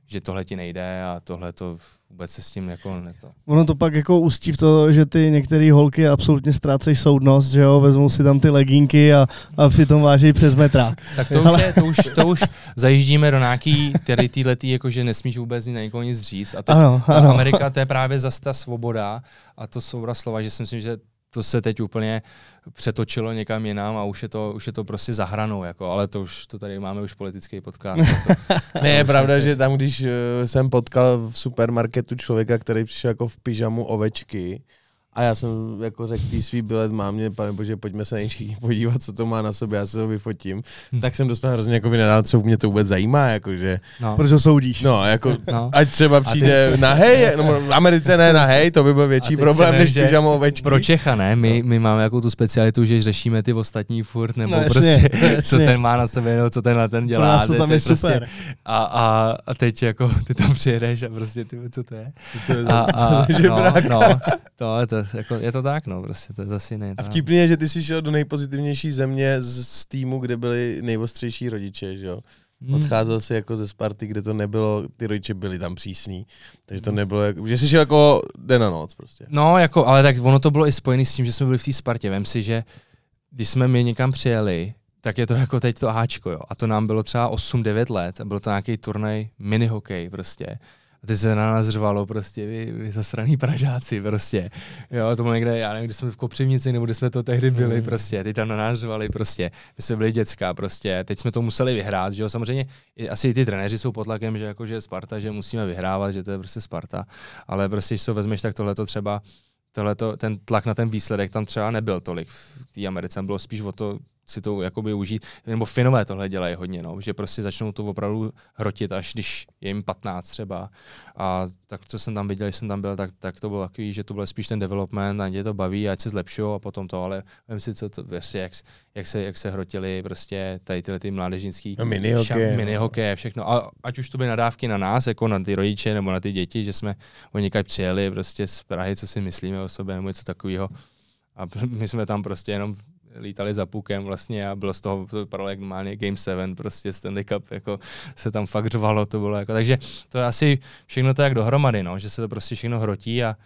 že tohle ti nejde a tohle to vůbec se s tím jako neto. Ono to pak jako ústí v to, že ty některé holky absolutně ztrácejí soudnost, že jo, vezmou si tam ty legínky a, a přitom vážejí přes metrák. Tak to už, je, to už, to už zajíždíme do nějaký tady týhletý, jako že nesmíš vůbec na někoho nic říct. A teď ano, ano. Amerika, to je právě zase ta svoboda a to svoboda slova, že si myslím, že to se teď úplně přetočilo někam jinam a už je to, už je to prostě za hranou, jako, ale to už to tady máme už politický podcast. To, ne, je pravda, že tam, když uh, jsem potkal v supermarketu člověka, který přišel jako v pyžamu ovečky, a já jsem jako řekl tý svý bilet mámě, pane bože, pojďme se nejčí podívat, co to má na sobě, já se ho vyfotím. Hmm. Tak jsem dostal hrozně jako vynadal, co mě to vůbec zajímá, jakože. No. Proč ho soudíš? No, jako, no. Ať třeba přijde ty... na hej, no, v Americe ne na hej, to by byl větší problém, než pyžamo ovečky. Pro Čecha, ne? My, my máme jako tu specialitu, že řešíme ty ostatní furt, nebo no, prostě, jasně, jasně. co ten má na sobě, nebo co tenhle ten dělá. Pro nás to tam je prostě, super. A, a, a teď jako ty tam přijedeš a prostě ty, co to je? To je a, a, no, no, to, je to, jako, je to tak, no, prostě to je zase jiný. A vtipný je, že ty jsi šel do nejpozitivnější země z, z týmu, kde byli nejostřejší rodiče, že jo? Hmm. Odcházel jsi jako ze Sparty, kde to nebylo, ty rodiče byli tam přísní, takže to nebylo, jako, že jsi šel jako den a noc prostě. No, jako, ale tak ono to bylo i spojené s tím, že jsme byli v té Spartě. Vem si, že když jsme my někam přijeli, tak je to jako teď to Ačko, jo. A to nám bylo třeba osm devět let a byl to nějaký turnaj minihokej prostě. A teď se na nás řvalo prostě, vy, vy zasraný Pražáci prostě. Jo, to bylo někde, já nevím, kde jsme v Kopřivnici, nebo kde jsme to tehdy byli mm. prostě. Teď tam na nás řvali prostě, my jsme byli děcka prostě. Teď jsme to museli vyhrát, že jo. Samozřejmě asi i ty trenéři jsou pod tlakem, že jako, že Sparta, že musíme vyhrávat, že to je prostě Sparta. Ale prostě, když to vezmeš, tak tohle to třeba, tohleto, ten tlak na ten výsledek tam třeba nebyl tolik. V té Americe bylo spíš o to, si to jakoby užít, nebo Finové tohle dělají hodně, no, že prostě začnou to opravdu hrotit, až když je jim patnáct třeba. A tak, co jsem tam viděl, když jsem tam byl, tak, tak to bylo takový, že to byl spíš ten development, a tě to baví, ať se zlepšují a potom to, ale vím si, co to, vlastně, jak, jak, se, jak se hrotili prostě tady tyhle ty mládežnický no, minihokej, minihokej, všechno. A ať už to byly nadávky na nás, jako na ty rodiče nebo na ty děti, že jsme oni někde přijeli prostě z Prahy, co si myslíme o sobě, nebo něco takového. A my jsme tam prostě jenom lítali za pukem vlastně a bylo z toho, to vypadalo jak normálně Game sedm, prostě Stanley Cup, jako se tam fakt řvalo, to bylo jako, takže to je asi všechno to jak dohromady, no, že se to prostě všechno hrotí a,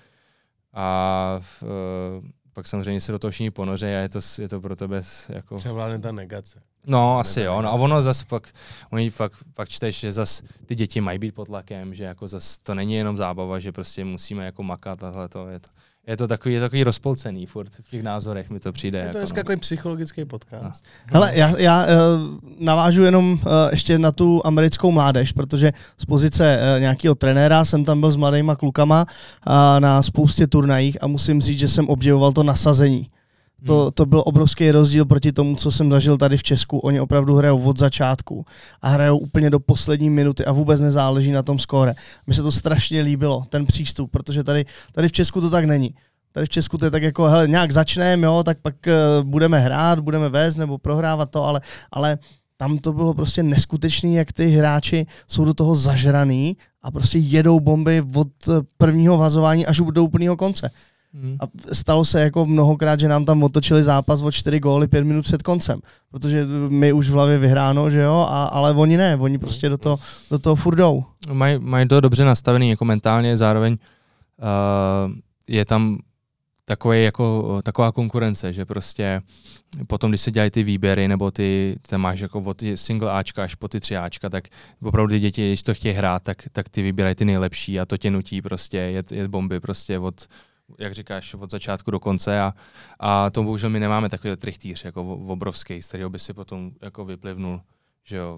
a v, uh, pak samozřejmě se do toho všichni ponoří a je to, je to pro tebe jako... Převládne ta negace. No, asi jo, no a ono zase pak, oni fakt, fakt čteš, že zase ty děti mají být pod tlakem, že jako zase to není jenom zábava, že prostě musíme jako makat a tohle to je to. Je to takový, je to takový rozpolcený furt v těch názorech, mi to přijde. Je to jako, dneska no. takový psychologický podcast. Hele, já, já uh, navážu jenom uh, ještě na tu americkou mládež, protože z pozice uh, nějakého trenéra jsem tam byl s mladýma klukama uh, na spoustě turnajích a musím říct, že jsem obdivoval to nasazení. To, to byl obrovský rozdíl proti tomu, co jsem zažil tady v Česku. Oni opravdu hrajou od začátku a hrajou úplně do poslední minuty a vůbec nezáleží na tom skóre. Mně se to strašně líbilo, ten přístup, protože tady, tady v Česku to tak není. Tady v Česku to je tak jako, hele, nějak začneme, jo, tak pak uh, budeme hrát, budeme vést nebo prohrávat to, ale, ale tam to bylo prostě neskutečný, jak ty hráči jsou do toho zažraný a prostě jedou bomby od prvního vazování až do úplného konce. Hmm. A stalo se jako mnohokrát, že nám tam otočili zápas o čtyři góly pět minut před koncem, protože my už v hlavě vyhráno, že jo, a, ale oni ne, oni prostě do toho, do toho furt jdou. Mají maj to dobře nastavený jako mentálně, zároveň uh, je tam takový jako, taková konkurence, že prostě potom, když se dělají ty výběry, nebo ty, ty máš jako od single Ačka až po ty tři Ačka, tak opravdu ty děti, když to chtějí hrát, tak, tak ty vybírají ty nejlepší a to tě nutí prostě jet, jet bomby prostě od, jak říkáš, od začátku do konce a, a to bohužel my nemáme takový trichtýř jako obrovský, z kterého by si potom jako vyplivnul, že jo,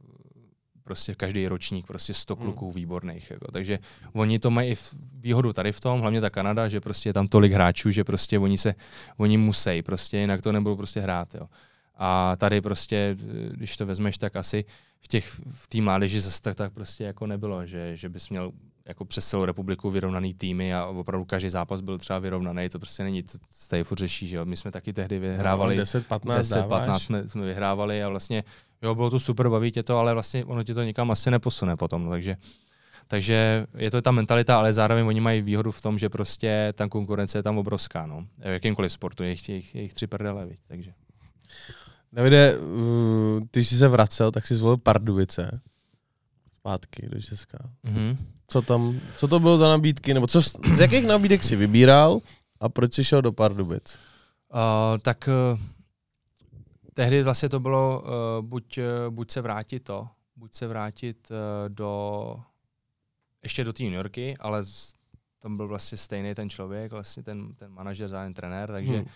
prostě každý ročník, prostě sto kluků výborných. Jako. Takže oni to mají výhodu tady v tom, hlavně ta Kanada, že prostě je tam tolik hráčů, že prostě oni se, oni musí, prostě jinak to nebudou prostě hrát. Jo. A tady prostě, když to vezmeš, tak asi v těch v té mládeži zase tak, tak prostě jako nebylo, že, že bys měl jako přes celou republiku vyrovnaný týmy a opravdu každý zápas byl třeba vyrovnaný, to prostě není, to tady furt řeší, že jo. My jsme taky tehdy vyhrávali, no, deset patnáct jsme, jsme vyhrávali a vlastně, jo, bylo to super, baví tě to, ale vlastně ono tě to nikam asi neposune potom, no, takže takže je to ta mentalita, ale zároveň oni mají výhodu v tom, že prostě ta konkurence je tam obrovská, no. V jakýmkoliv sportu, je jich, je jich, je jich tři prdele, viď, takže. Davide, ty jsi se vracel, tak jsi zvolil Pardubice. zpátky do Česka. Mm-hmm. Co tam, co to bylo za nabídky, nebo co, z jakých nabídek si vybíral a proč jsi šel do Pardubic? Uh, tak uh, tehdy vlastně to bylo uh, buď, uh, buď se vrátit to, buď se vrátit uh, do, ještě do té juniorky, ale z, tam byl vlastně stejný ten člověk, vlastně ten, ten manažer, zároveň trenér, takže hmm. uh,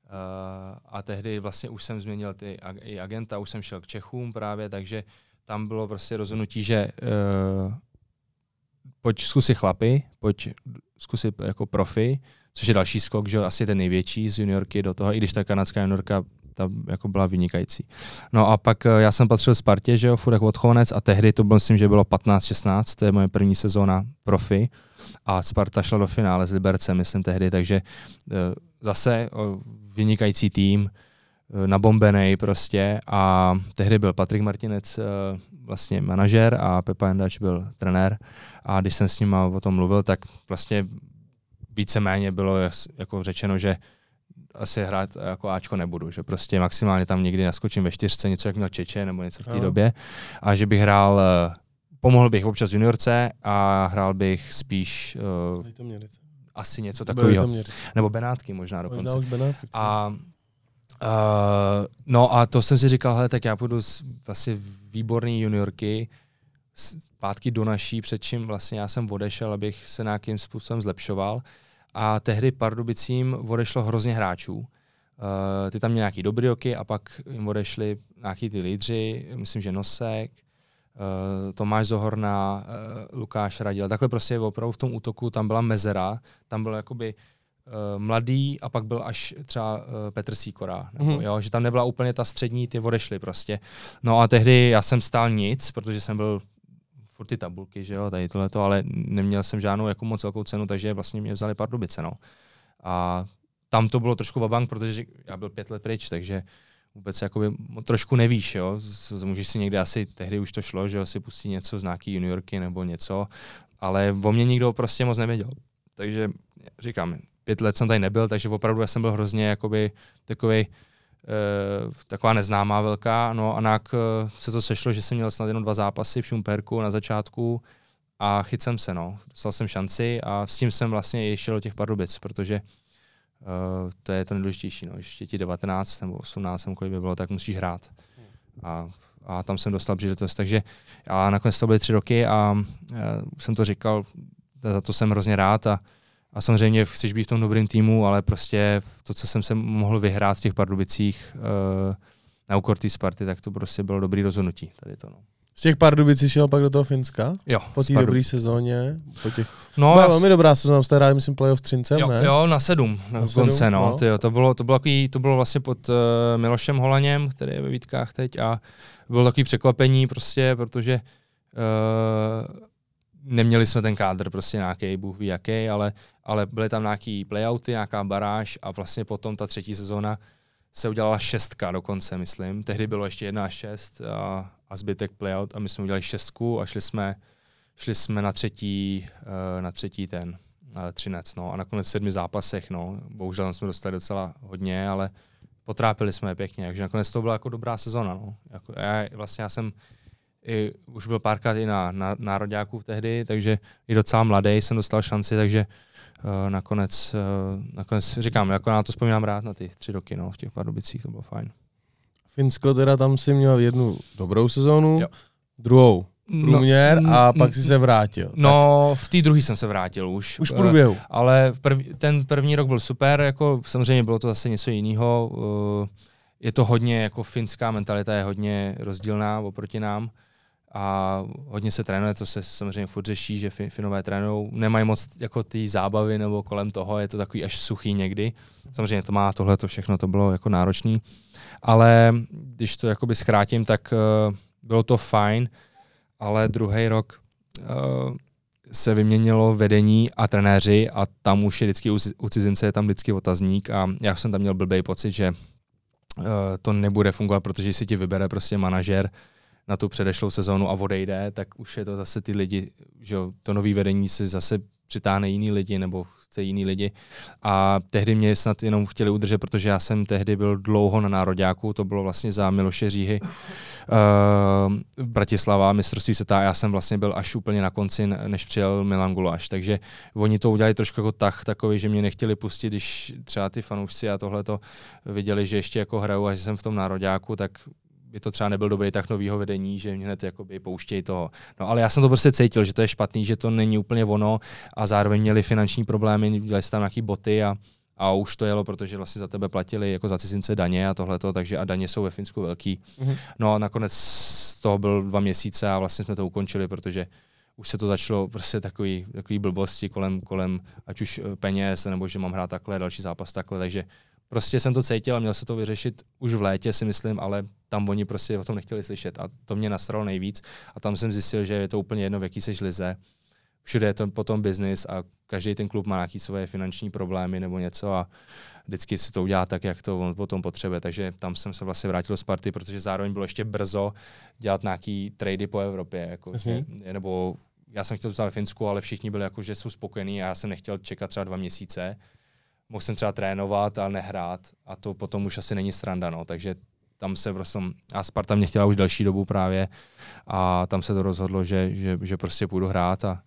a tehdy vlastně už jsem změnil ty, i agenta, už jsem šel k Čechům právě, takže tam bylo prostě rozhodnutí, že uh, pojď zkusit chlapy, pojď zkusit jako profi, což je další skok, že asi ten největší z juniorky do toho, i když ta kanadská juniorka ta jako byla vynikající. No a pak já jsem patřil Spartě, že jo, furt jako odchovanec a tehdy to bylo, myslím, že bylo patnáct šestnáct, to je moje první sezóna profi a Sparta šla do finále s Libercem, myslím tehdy, takže zase vynikající tým, nabombenej prostě a tehdy byl Patrik Martinec vlastně manažer a Pepa Jandač byl trenér a když jsem s ním o tom mluvil, tak vlastně víceméně bylo jako řečeno, že asi hrát jako Ačko nebudu, že prostě maximálně tam někdy naskočím ve čtyřce, něco jak měl Čeče nebo něco v té době a že bych hrál, pomohl bych občas v juniorce a hrál bych spíš uh, asi něco takového, nebo Benátky možná dokonce. Možná už Benátky. A Uh, no a to jsem si říkal, hele, tak já půjdu z vlastně výborný juniorky zpátky do naší, před čím vlastně já jsem odešel, abych se nějakým způsobem zlepšoval. A tehdy Pardubicím odešlo hrozně hráčů. Uh, ty tam měli nějaký dobrý roky a pak jim odešli nějaký ty lídři, myslím, že Nosek, uh, Tomáš Zohorna, uh, Lukáš Radil. Takhle prostě opravdu v tom útoku tam byla mezera, tam bylo jakoby Uh, mladý a pak byl až třeba uh, Petr Sýkora, nebo, mm. jo, že tam nebyla úplně ta střední, ty odešly prostě. No a tehdy já jsem stál nic, protože jsem byl furt ty tabulky, že jo, tady tohleto, ale neměl jsem žádnou jako moc velkou cenu, takže vlastně mě vzali Pardubice, no. A tam to bylo trošku vabank, protože já byl pět let pryč, takže vůbec jakoby trošku nevíš, jo, můžeš si někde asi, tehdy už to šlo, že jo, si pustí něco z nějaký juniorky nebo něco, ale o mě nikdo prostě moc nevěděl. Takže říkám, pět let jsem tady nebyl, takže opravdu já jsem byl hrozně jakoby takovej, e, taková neznámá velká, no a nějak e, se to sešlo, že jsem měl snad jenom dva zápasy v Šumperku na začátku a chyt jsem se, no. Dostal jsem šanci a s tím jsem vlastně i šel do těch Pardubic, protože e, to je to nejdůležitější, no. Ještě ti devatenáct nebo osmnáct, kolik by bylo, tak musíš hrát. A, a tam jsem dostal příležitost, takže a nakonec to byly tři roky a e, jsem to říkal, za to jsem hrozně rád a A samozřejmě chceš být v tom dobrým týmu, ale prostě to, co jsem se mohl vyhrát v těch Pardubicích uh, na úkor té Sparty, tak to prostě bylo dobrý rozhodnutí. Tady to, no. Z těch Pardubic šel pak do toho Finska? Jo. Po té dobré sezóně? Po těch... No, byla velmi dobrá sezóna, jste hráli, myslím, playoff s Třincem, jo, ne? Jo, na sedm, na, na konce, sedm, no. no. Tyjo, to, bylo, to, bylo takový, to bylo vlastně pod uh, Milošem Holaněm, který je ve Vítkách teď a bylo takový překvapení prostě, protože uh, neměli jsme ten kádr prostě nějaký, Bůh ví jaký, ale, ale byly tam nějaký playouty, nějaká baráž a vlastně potom ta třetí sezóna se udělala šestka dokonce, myslím. Tehdy bylo ještě jedna až šest a, a zbytek playout a my jsme udělali šestku a šli jsme, šli jsme na třetí, na třetí ten třinec, no a nakonec v sedmi zápasech, no. Bohužel jsme dostali docela hodně, ale potrápili jsme je pěkně, takže nakonec to byla jako dobrá sezóna, no. Jako, já, vlastně já jsem I, už byl párkrát i na, na nároďáků tehdy, takže i docela mladý jsem dostal šanci, takže uh, nakonec, uh, nakonec říkám, jako na to vzpomínám rád na ty tři roky, no, v těch Pardubicích, to bylo fajn. Finsko teda tam si měl jednu dobrou sezónu, jo. Druhou průměr no, a pak si se vrátil. No, tak. V té druhé jsem se vrátil už. Už v průběhu. Uh, ale v prv, ten první rok byl super, jako samozřejmě bylo to zase něco jiného. Uh, je to hodně, jako finská mentalita je hodně rozdílná oproti nám. A hodně se trénuje, to se samozřejmě furt řeší, že Finové trénují, nemají moc jako ty zábavy nebo kolem toho, je to takový až suchý někdy. Samozřejmě to má tohle, to všechno, to bylo jako náročný. Ale když to jakoby zkrátím, tak uh, bylo to fajn, ale druhý rok uh, se vyměnilo vedení a trenéři a tam už je vždycky u, u cizince je tam vždycky otazník a já jsem tam měl blbej pocit, že uh, to nebude fungovat, protože si ti vybere prostě manažer na tu předešlou sezónu a odejde, tak už je to zase ty lidi, že to nový vedení si zase přitáhne jiný lidi nebo chce jiný lidi. A tehdy mě snad jenom chtěli udržet, protože já jsem tehdy byl dlouho na nároďáku, to bylo vlastně za Miloše Říhy. Uh, Bratislava, mistrovství světa, já jsem vlastně byl až úplně na konci, než přijel Milan Guláš, takže oni to udělali trošku jako tah takový, že mě nechtěli pustit, když třeba ty fanoušci a tohleto viděli, že ještě jako hraju a že jsem v tom nároďáku, tak by to třeba nebyl dobrý tak novýho vedení, že mě hned jakoby pouštějí toho. No ale já jsem to prostě cítil, že to je špatný, že to není úplně ono a zároveň měli finanční problémy, dělali se tam nějaký boty a a už to jelo, protože vlastně za tebe platili jako za cizince daně a tohleto, takže a daně jsou ve Finsku velký. Mm-hmm. No a nakonec z toho byl dva měsíce a vlastně jsme to ukončili, protože už se to začalo prostě takový, takový blbosti kolem, kolem ať už peněz, nebo že mám hrát takhle, další zápas takhle, takže prostě jsem to cítil a měl se to vyřešit už v létě, si myslím, ale tam oni prostě o tom nechtěli slyšet a to mě nasralo nejvíc a tam jsem zjistil, že je to úplně jedno, v jaký seš lize. Všude je to potom business a každý ten klub má nějaké svoje finanční problémy nebo něco a vždycky si to udělá tak, jak to on potom potřebuje. Takže tam jsem se vlastně vrátil do Sparty, protože zároveň bylo ještě brzo dělat nějaký trady po Evropě. Jako, nebo já jsem chtěl zůstat ve Finsku, ale všichni byli jako, že jsou spokojení a já jsem nechtěl čekat třeba dva měsíce. Mohl jsem třeba trénovat, ale nehrát a to potom už asi není sranda. No. Takže tam se prostě, a Sparta mě chtěla už delší dobu právě a tam se to rozhodlo, že, že, že prostě půjdu hrát a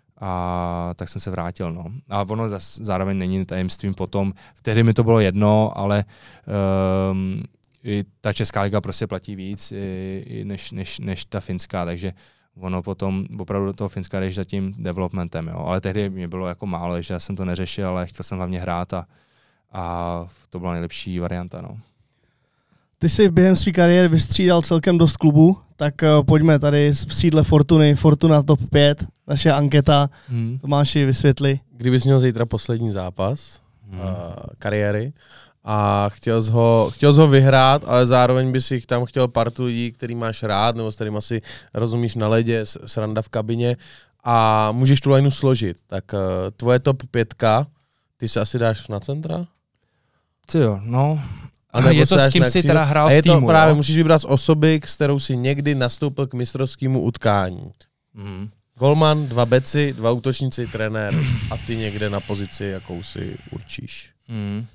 A tak jsem se vrátil. No. A ono zároveň není tajemstvím potom. Tehdy mi to bylo jedno, ale um, i ta česká liga prostě platí víc i, i než, než, než ta finská, takže ono potom opravdu do toho Finska jdeš za tím developmentem. Jo. Ale tehdy mě bylo jako málo, že já jsem to neřešil, ale chtěl jsem hlavně hrát a, a to byla nejlepší varianta. No. Ty jsi během své kariéry vystřídal celkem dost klubů, tak uh, pojďme tady v sídle Fortuny, Fortuna top pět, naše anketa, hmm. Tomáši, vysvětli. Kdybys měl zítra poslední zápas hmm. uh, kariéry a chtěl jsi, ho, chtěl jsi ho vyhrát, ale zároveň bys jich tam chtěl partu lidí, který máš rád, nebo s kterým asi rozumíš na ledě, sranda v kabině a můžeš tu lineu složit, tak uh, tvoje top pětka, ty se asi dáš na centra? Co jo, no... A je to s tím si teda hrál v týmu. A je to právě, no? Musíš vybrat z osoby, s kterou si někdy nastoupil k mistrovskému utkání. Mm. Golman, dva beci, dva útočníci, trenér a ty někde na pozici, jakou si určíš. Mm.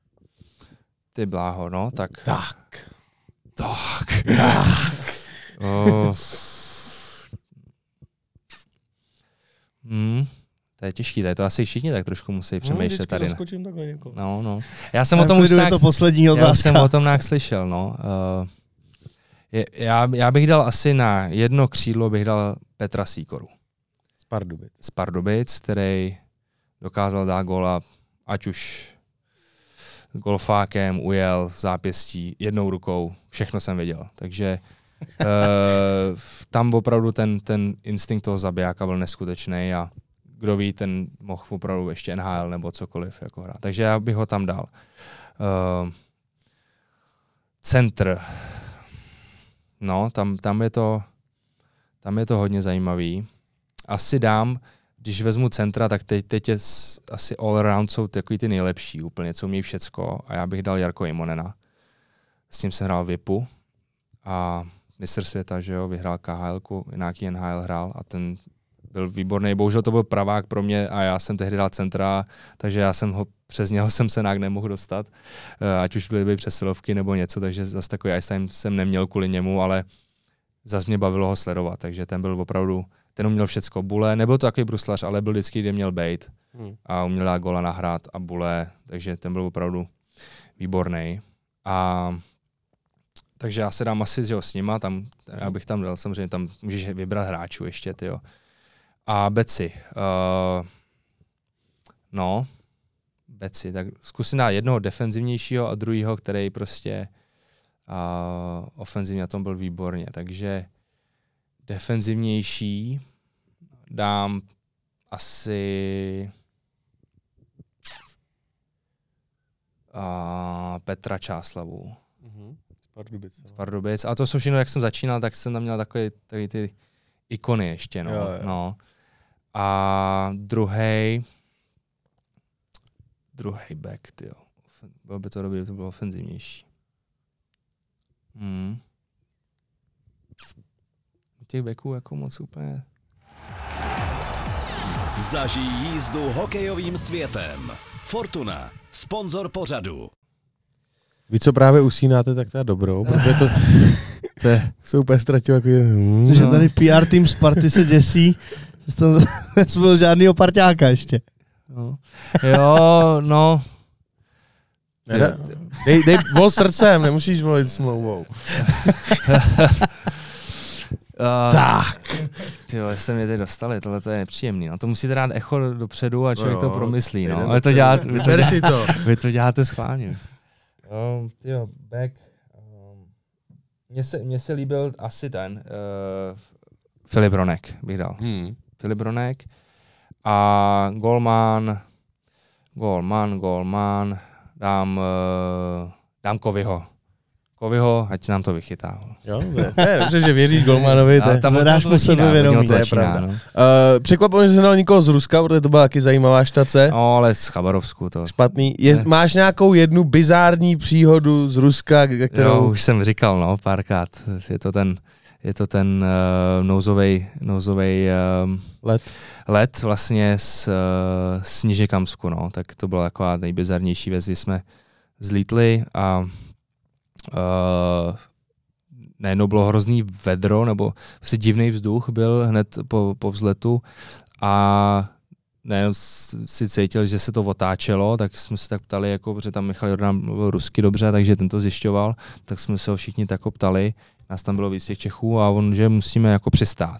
Ty bláho, no, tak. Tak. Tak. Tak. oh. mm. To je těžký, tady to asi všichni tak trošku musí přemýšlet no, tady. No, no. Já jsem já o tom už nějak, to poslední otázka. Já jsem o tom nějak slyšel, no. Uh, je, já, já bych dal asi na jedno křídlo bych dal Petra Sýkoru. Z Pardubic. Z Pardubic, který dokázal dát góla, ať už golfákem, ujel, zápěstí, jednou rukou, všechno jsem viděl. Takže uh, tam opravdu ten, ten instinkt toho zabijáka byl neskutečný a kdo ví, ten mohl opravdu ještě N H L nebo cokoliv jako hrát. Takže já bych ho tam dal. Uh, centr. No, tam, tam, je to, tam je to hodně zajímavý. Asi dám, když vezmu centra, tak teď, teď je asi all around jsou takový ty nejlepší úplně, co umějí všecko. A já bych dal Jarko Imonena. S tím jsem hrál v Vipu. A mistr světa, že jo, vyhrál K H L, nějaký N H L hrál a ten byl výborný. Bohužel to byl pravák pro mě a já jsem tehdy dal centra, takže já jsem ho přes něho jsem se nějak nemohl dostat, ať už byly, byly přesilovky nebo něco, takže zase takový ice time jsem neměl kvůli němu, ale zase mě bavilo ho sledovat, takže ten byl opravdu, ten uměl všecko. Bule, nebyl to takový bruslař, ale byl vždycky, kde měl bejt a uměl dát gola nahrát a Bule, takže ten byl opravdu výborný. A takže já se dám asi že jo, s nima, tam, já bych tam dal, samozřejmě tam můžeš vybrat hráčů ještě, tyjo. A beci. Uh, no, beci. Tak zkusím dát jednoho defenzivnějšího a druhýho, který prostě uh, ofenzivně na tom byl výborně. Takže defenzivnější dám asi uh, Petra Čáslavu. Uh-huh. Z Pardubic. Z Pardubic. A to jsou všechno, jak jsem začínal, tak jsem tam měl takové takový ty ikony ještě, no. Jo, jo. no. A druhej, druhej back, tyjo. Bylo by to dobré, to bylo ofenzivnější. Hmm. Těch backů jako moc úplně... Zažij jízdu hokejovým světem. Fortuna, sponzor pořadu. Vy, co právě usínáte, tak to je dobrou, protože to, to je, jsou úplně ztratil jako... Hmm, Cože tady P R tým Sparty se děsí, že tam nesmil žádnýho parťáka ještě. No. Jo, no. Neda, dej, dej vol srdcem, nemusíš volit smlouvou. Uh, tak. Tyjo, jste mě teď dostali, tohle to je nepříjemný. No. To musíte dát echo dopředu a člověk no to promyslí. No. Ale Ale to děláte, vy, to si to. vy to děláte schválně. Um, tyjo, back. Um, mně, se, mně se líbil asi ten uh, Filip Ronek, bych dal. Hmm. Filip Ronek a golman, golman, golman, dám, uh, dám Kovyho. Kovyho, ať nám to vychytá. Jo, to je dobře, že věříš golmanovi. Ale tam zvedáš mu sebevědomí. To je pravda. No. Uh, překvapilo, že jsem dal nikoho z Ruska, protože to byla taky zajímavá štace. No, ale z Chabarovsku to. Špatný. Je, máš nějakou jednu bizární příhodu z Ruska, kterou... Jo, už jsem říkal, no, párkrát. Je to ten, je to ten uh, nouzovej, nouzovej uh, let. let vlastně z, uh, z Nižikamsku, no. Tak to byla taková nejbizarnější věc, kdy jsme zlítli a Uh, najednou bylo hrozný vedro, nebo vlastně divný vzduch byl hned po, po vzletu a najednou si cítil, že se to otáčelo, tak jsme se tak ptali, jako, protože tam Michal Jordan mluvil rusky dobře, takže ten to zjišťoval, tak jsme se ho všichni tak ptali, nás tam bylo víc těch Čechů a on, že musíme jako přistát.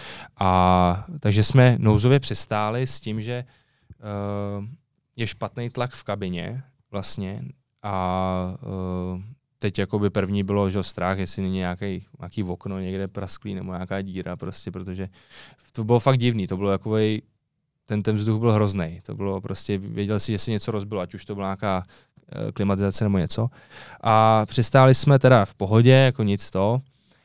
A takže jsme nouzově přistáli s tím, že uh, je špatný tlak v kabině vlastně a uh, teď jakoby první bylo, že strach, jestli není nějaký, nějaký okno někde prasklý nebo nějaká díra prostě, protože to bylo fakt divný, to bylo jakovej, ten, ten vzduch byl hroznej, to bylo prostě, věděl si, že se něco rozbilo, ať už to byla nějaká e, klimatizace nebo něco. A přistáli jsme teda v pohodě, jako nic to,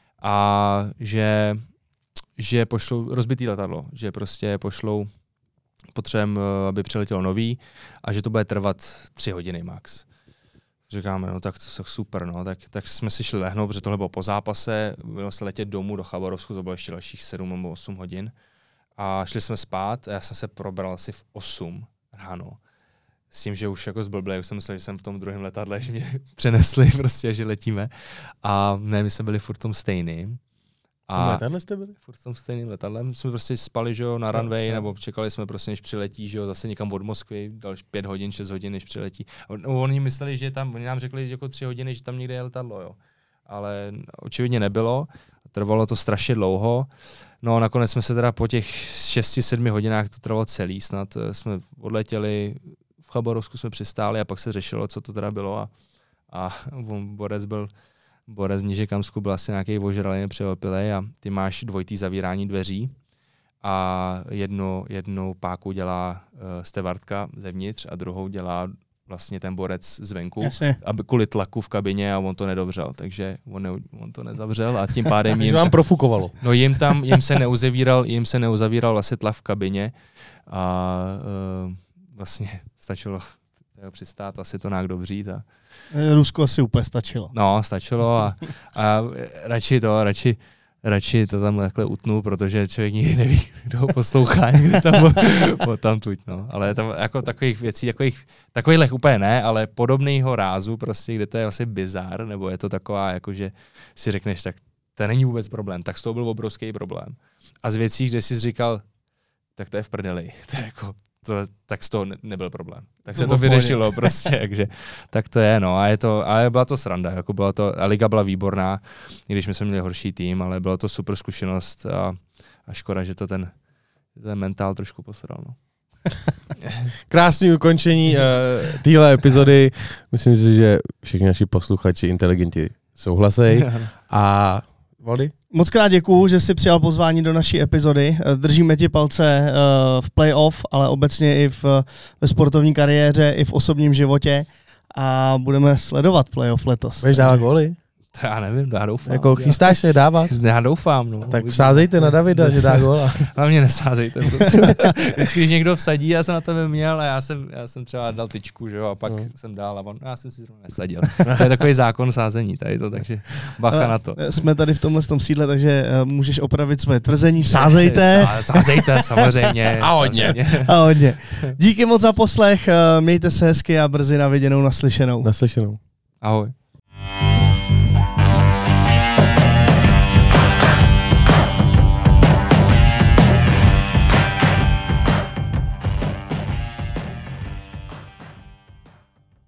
a že, že pošlou rozbitý letadlo, že prostě pošlou, potřebujeme, aby přiletělo nový a že to bude trvat tři hodiny max. Říkáme, no tak to je super, no, tak, tak jsme si šli lehnout, protože tohle bylo po zápase, bylo se letět domů do Chabarovsku, to bylo ještě dalších sedm nebo osm hodin a šli jsme spát a já jsem se probral asi v osm ráno. S tím, že už jako zblblej, už jsem myslel, že jsem v tom druhém letadle, že mě přenesli prostě, že letíme a ne, my jsme byli furt v tom stejným. A letadle jste byli? Furt v tom stejným letadlem. Jsme prostě spali, že jo, na runway, no, nebo čekali jsme prostě, než přiletí, že jo, zase někam od Moskvy, další pět hodin, šest hodin, než přiletí. No, oni mysleli, že tam, oni nám řekli, že jako tři hodiny, že tam někde je letadlo, jo. Ale očividně nebylo, trvalo to strašně dlouho. No nakonec jsme se teda po těch šesti sedmi hodinách, to trvalo celý, snad jsme odletěli, v Chabarovsku jsme přistáli a pak se řešilo, co to teda bylo a, a Borec byl Borec z Nižikamsku byl asi nějaký ožralý, přeopilej a ty máš dvojitý zavírání dveří a jednu, jednu páku dělá uh, stevardka zevnitř a druhou dělá vlastně ten borec zvenku, Jasně. aby kvůli tlaku v kabině a on to nedovřel, takže on, ne, on to nezavřel a tím pádem jim, vám profukovalo. No jim tam jim se neuzavíral, jim se neuzavíral vlastně tlak v kabině a uh, vlastně stačilo přistát, asi to nějak dovřít a Rusko asi úplně stačilo. No, stačilo a, a radši to, radši, radši to tam takhle utnu, protože člověk nikdy neví, kdo ho poslouchá, někde tam tam tuď, no. Ale tam jako takových věcí, takových, takovýchhle úplně ne, ale podobného rázu prostě, kde to je asi bizar, nebo je to taková, jako že si řekneš, tak to není vůbec problém, tak z toho byl obrovský problém. A z věcí, kde jsi říkal, tak to je v prdeli, to je jako, to, tak z toho ne, nebyl problém. Tak se to vyřešilo prostě, takže tak to je, no. A je to, ale byla to sranda, jako byla to, a liga byla výborná, i když my jsme měli horší tým, ale byla to super zkušenost a, a škoda, že to ten, ten mentál trošku posral, no. Krásné ukončení uh, téhle epizody. Myslím si, že všichni naši posluchači inteligenti souhlasejí. A Vody? Moc krát děkuju, že jsi přijal pozvání do naší epizody. Držíme ti palce v playoff, ale obecně i v, ve sportovní kariéře, i v osobním životě a budeme sledovat playoff letos. Budeš dávat góly? To já nevím, já doufám. Jako chystáš se dávat? Já doufám, no. Tak vsázejte na Davida, že dá góla. Hlavně nesázejte, prosím. Vždycky, když někdo vsadí, já jsem na tebe měl a já jsem, já jsem třeba dal tyčku, že jo, a pak no. jsem dál a on, já jsem si zrovna nesadil. To je takový zákon sázení tady to, takže bacha na to. Jsme tady v tomhle tom sídle, takže můžeš opravit svoje tvrzení, vsázejte. Sázejte, samozřejmě. A hodně. A hodně. Díky moc za poslech, mějte se hezky a brzy na viděnou, naslyšenou. Naslyšenou. Ahoj.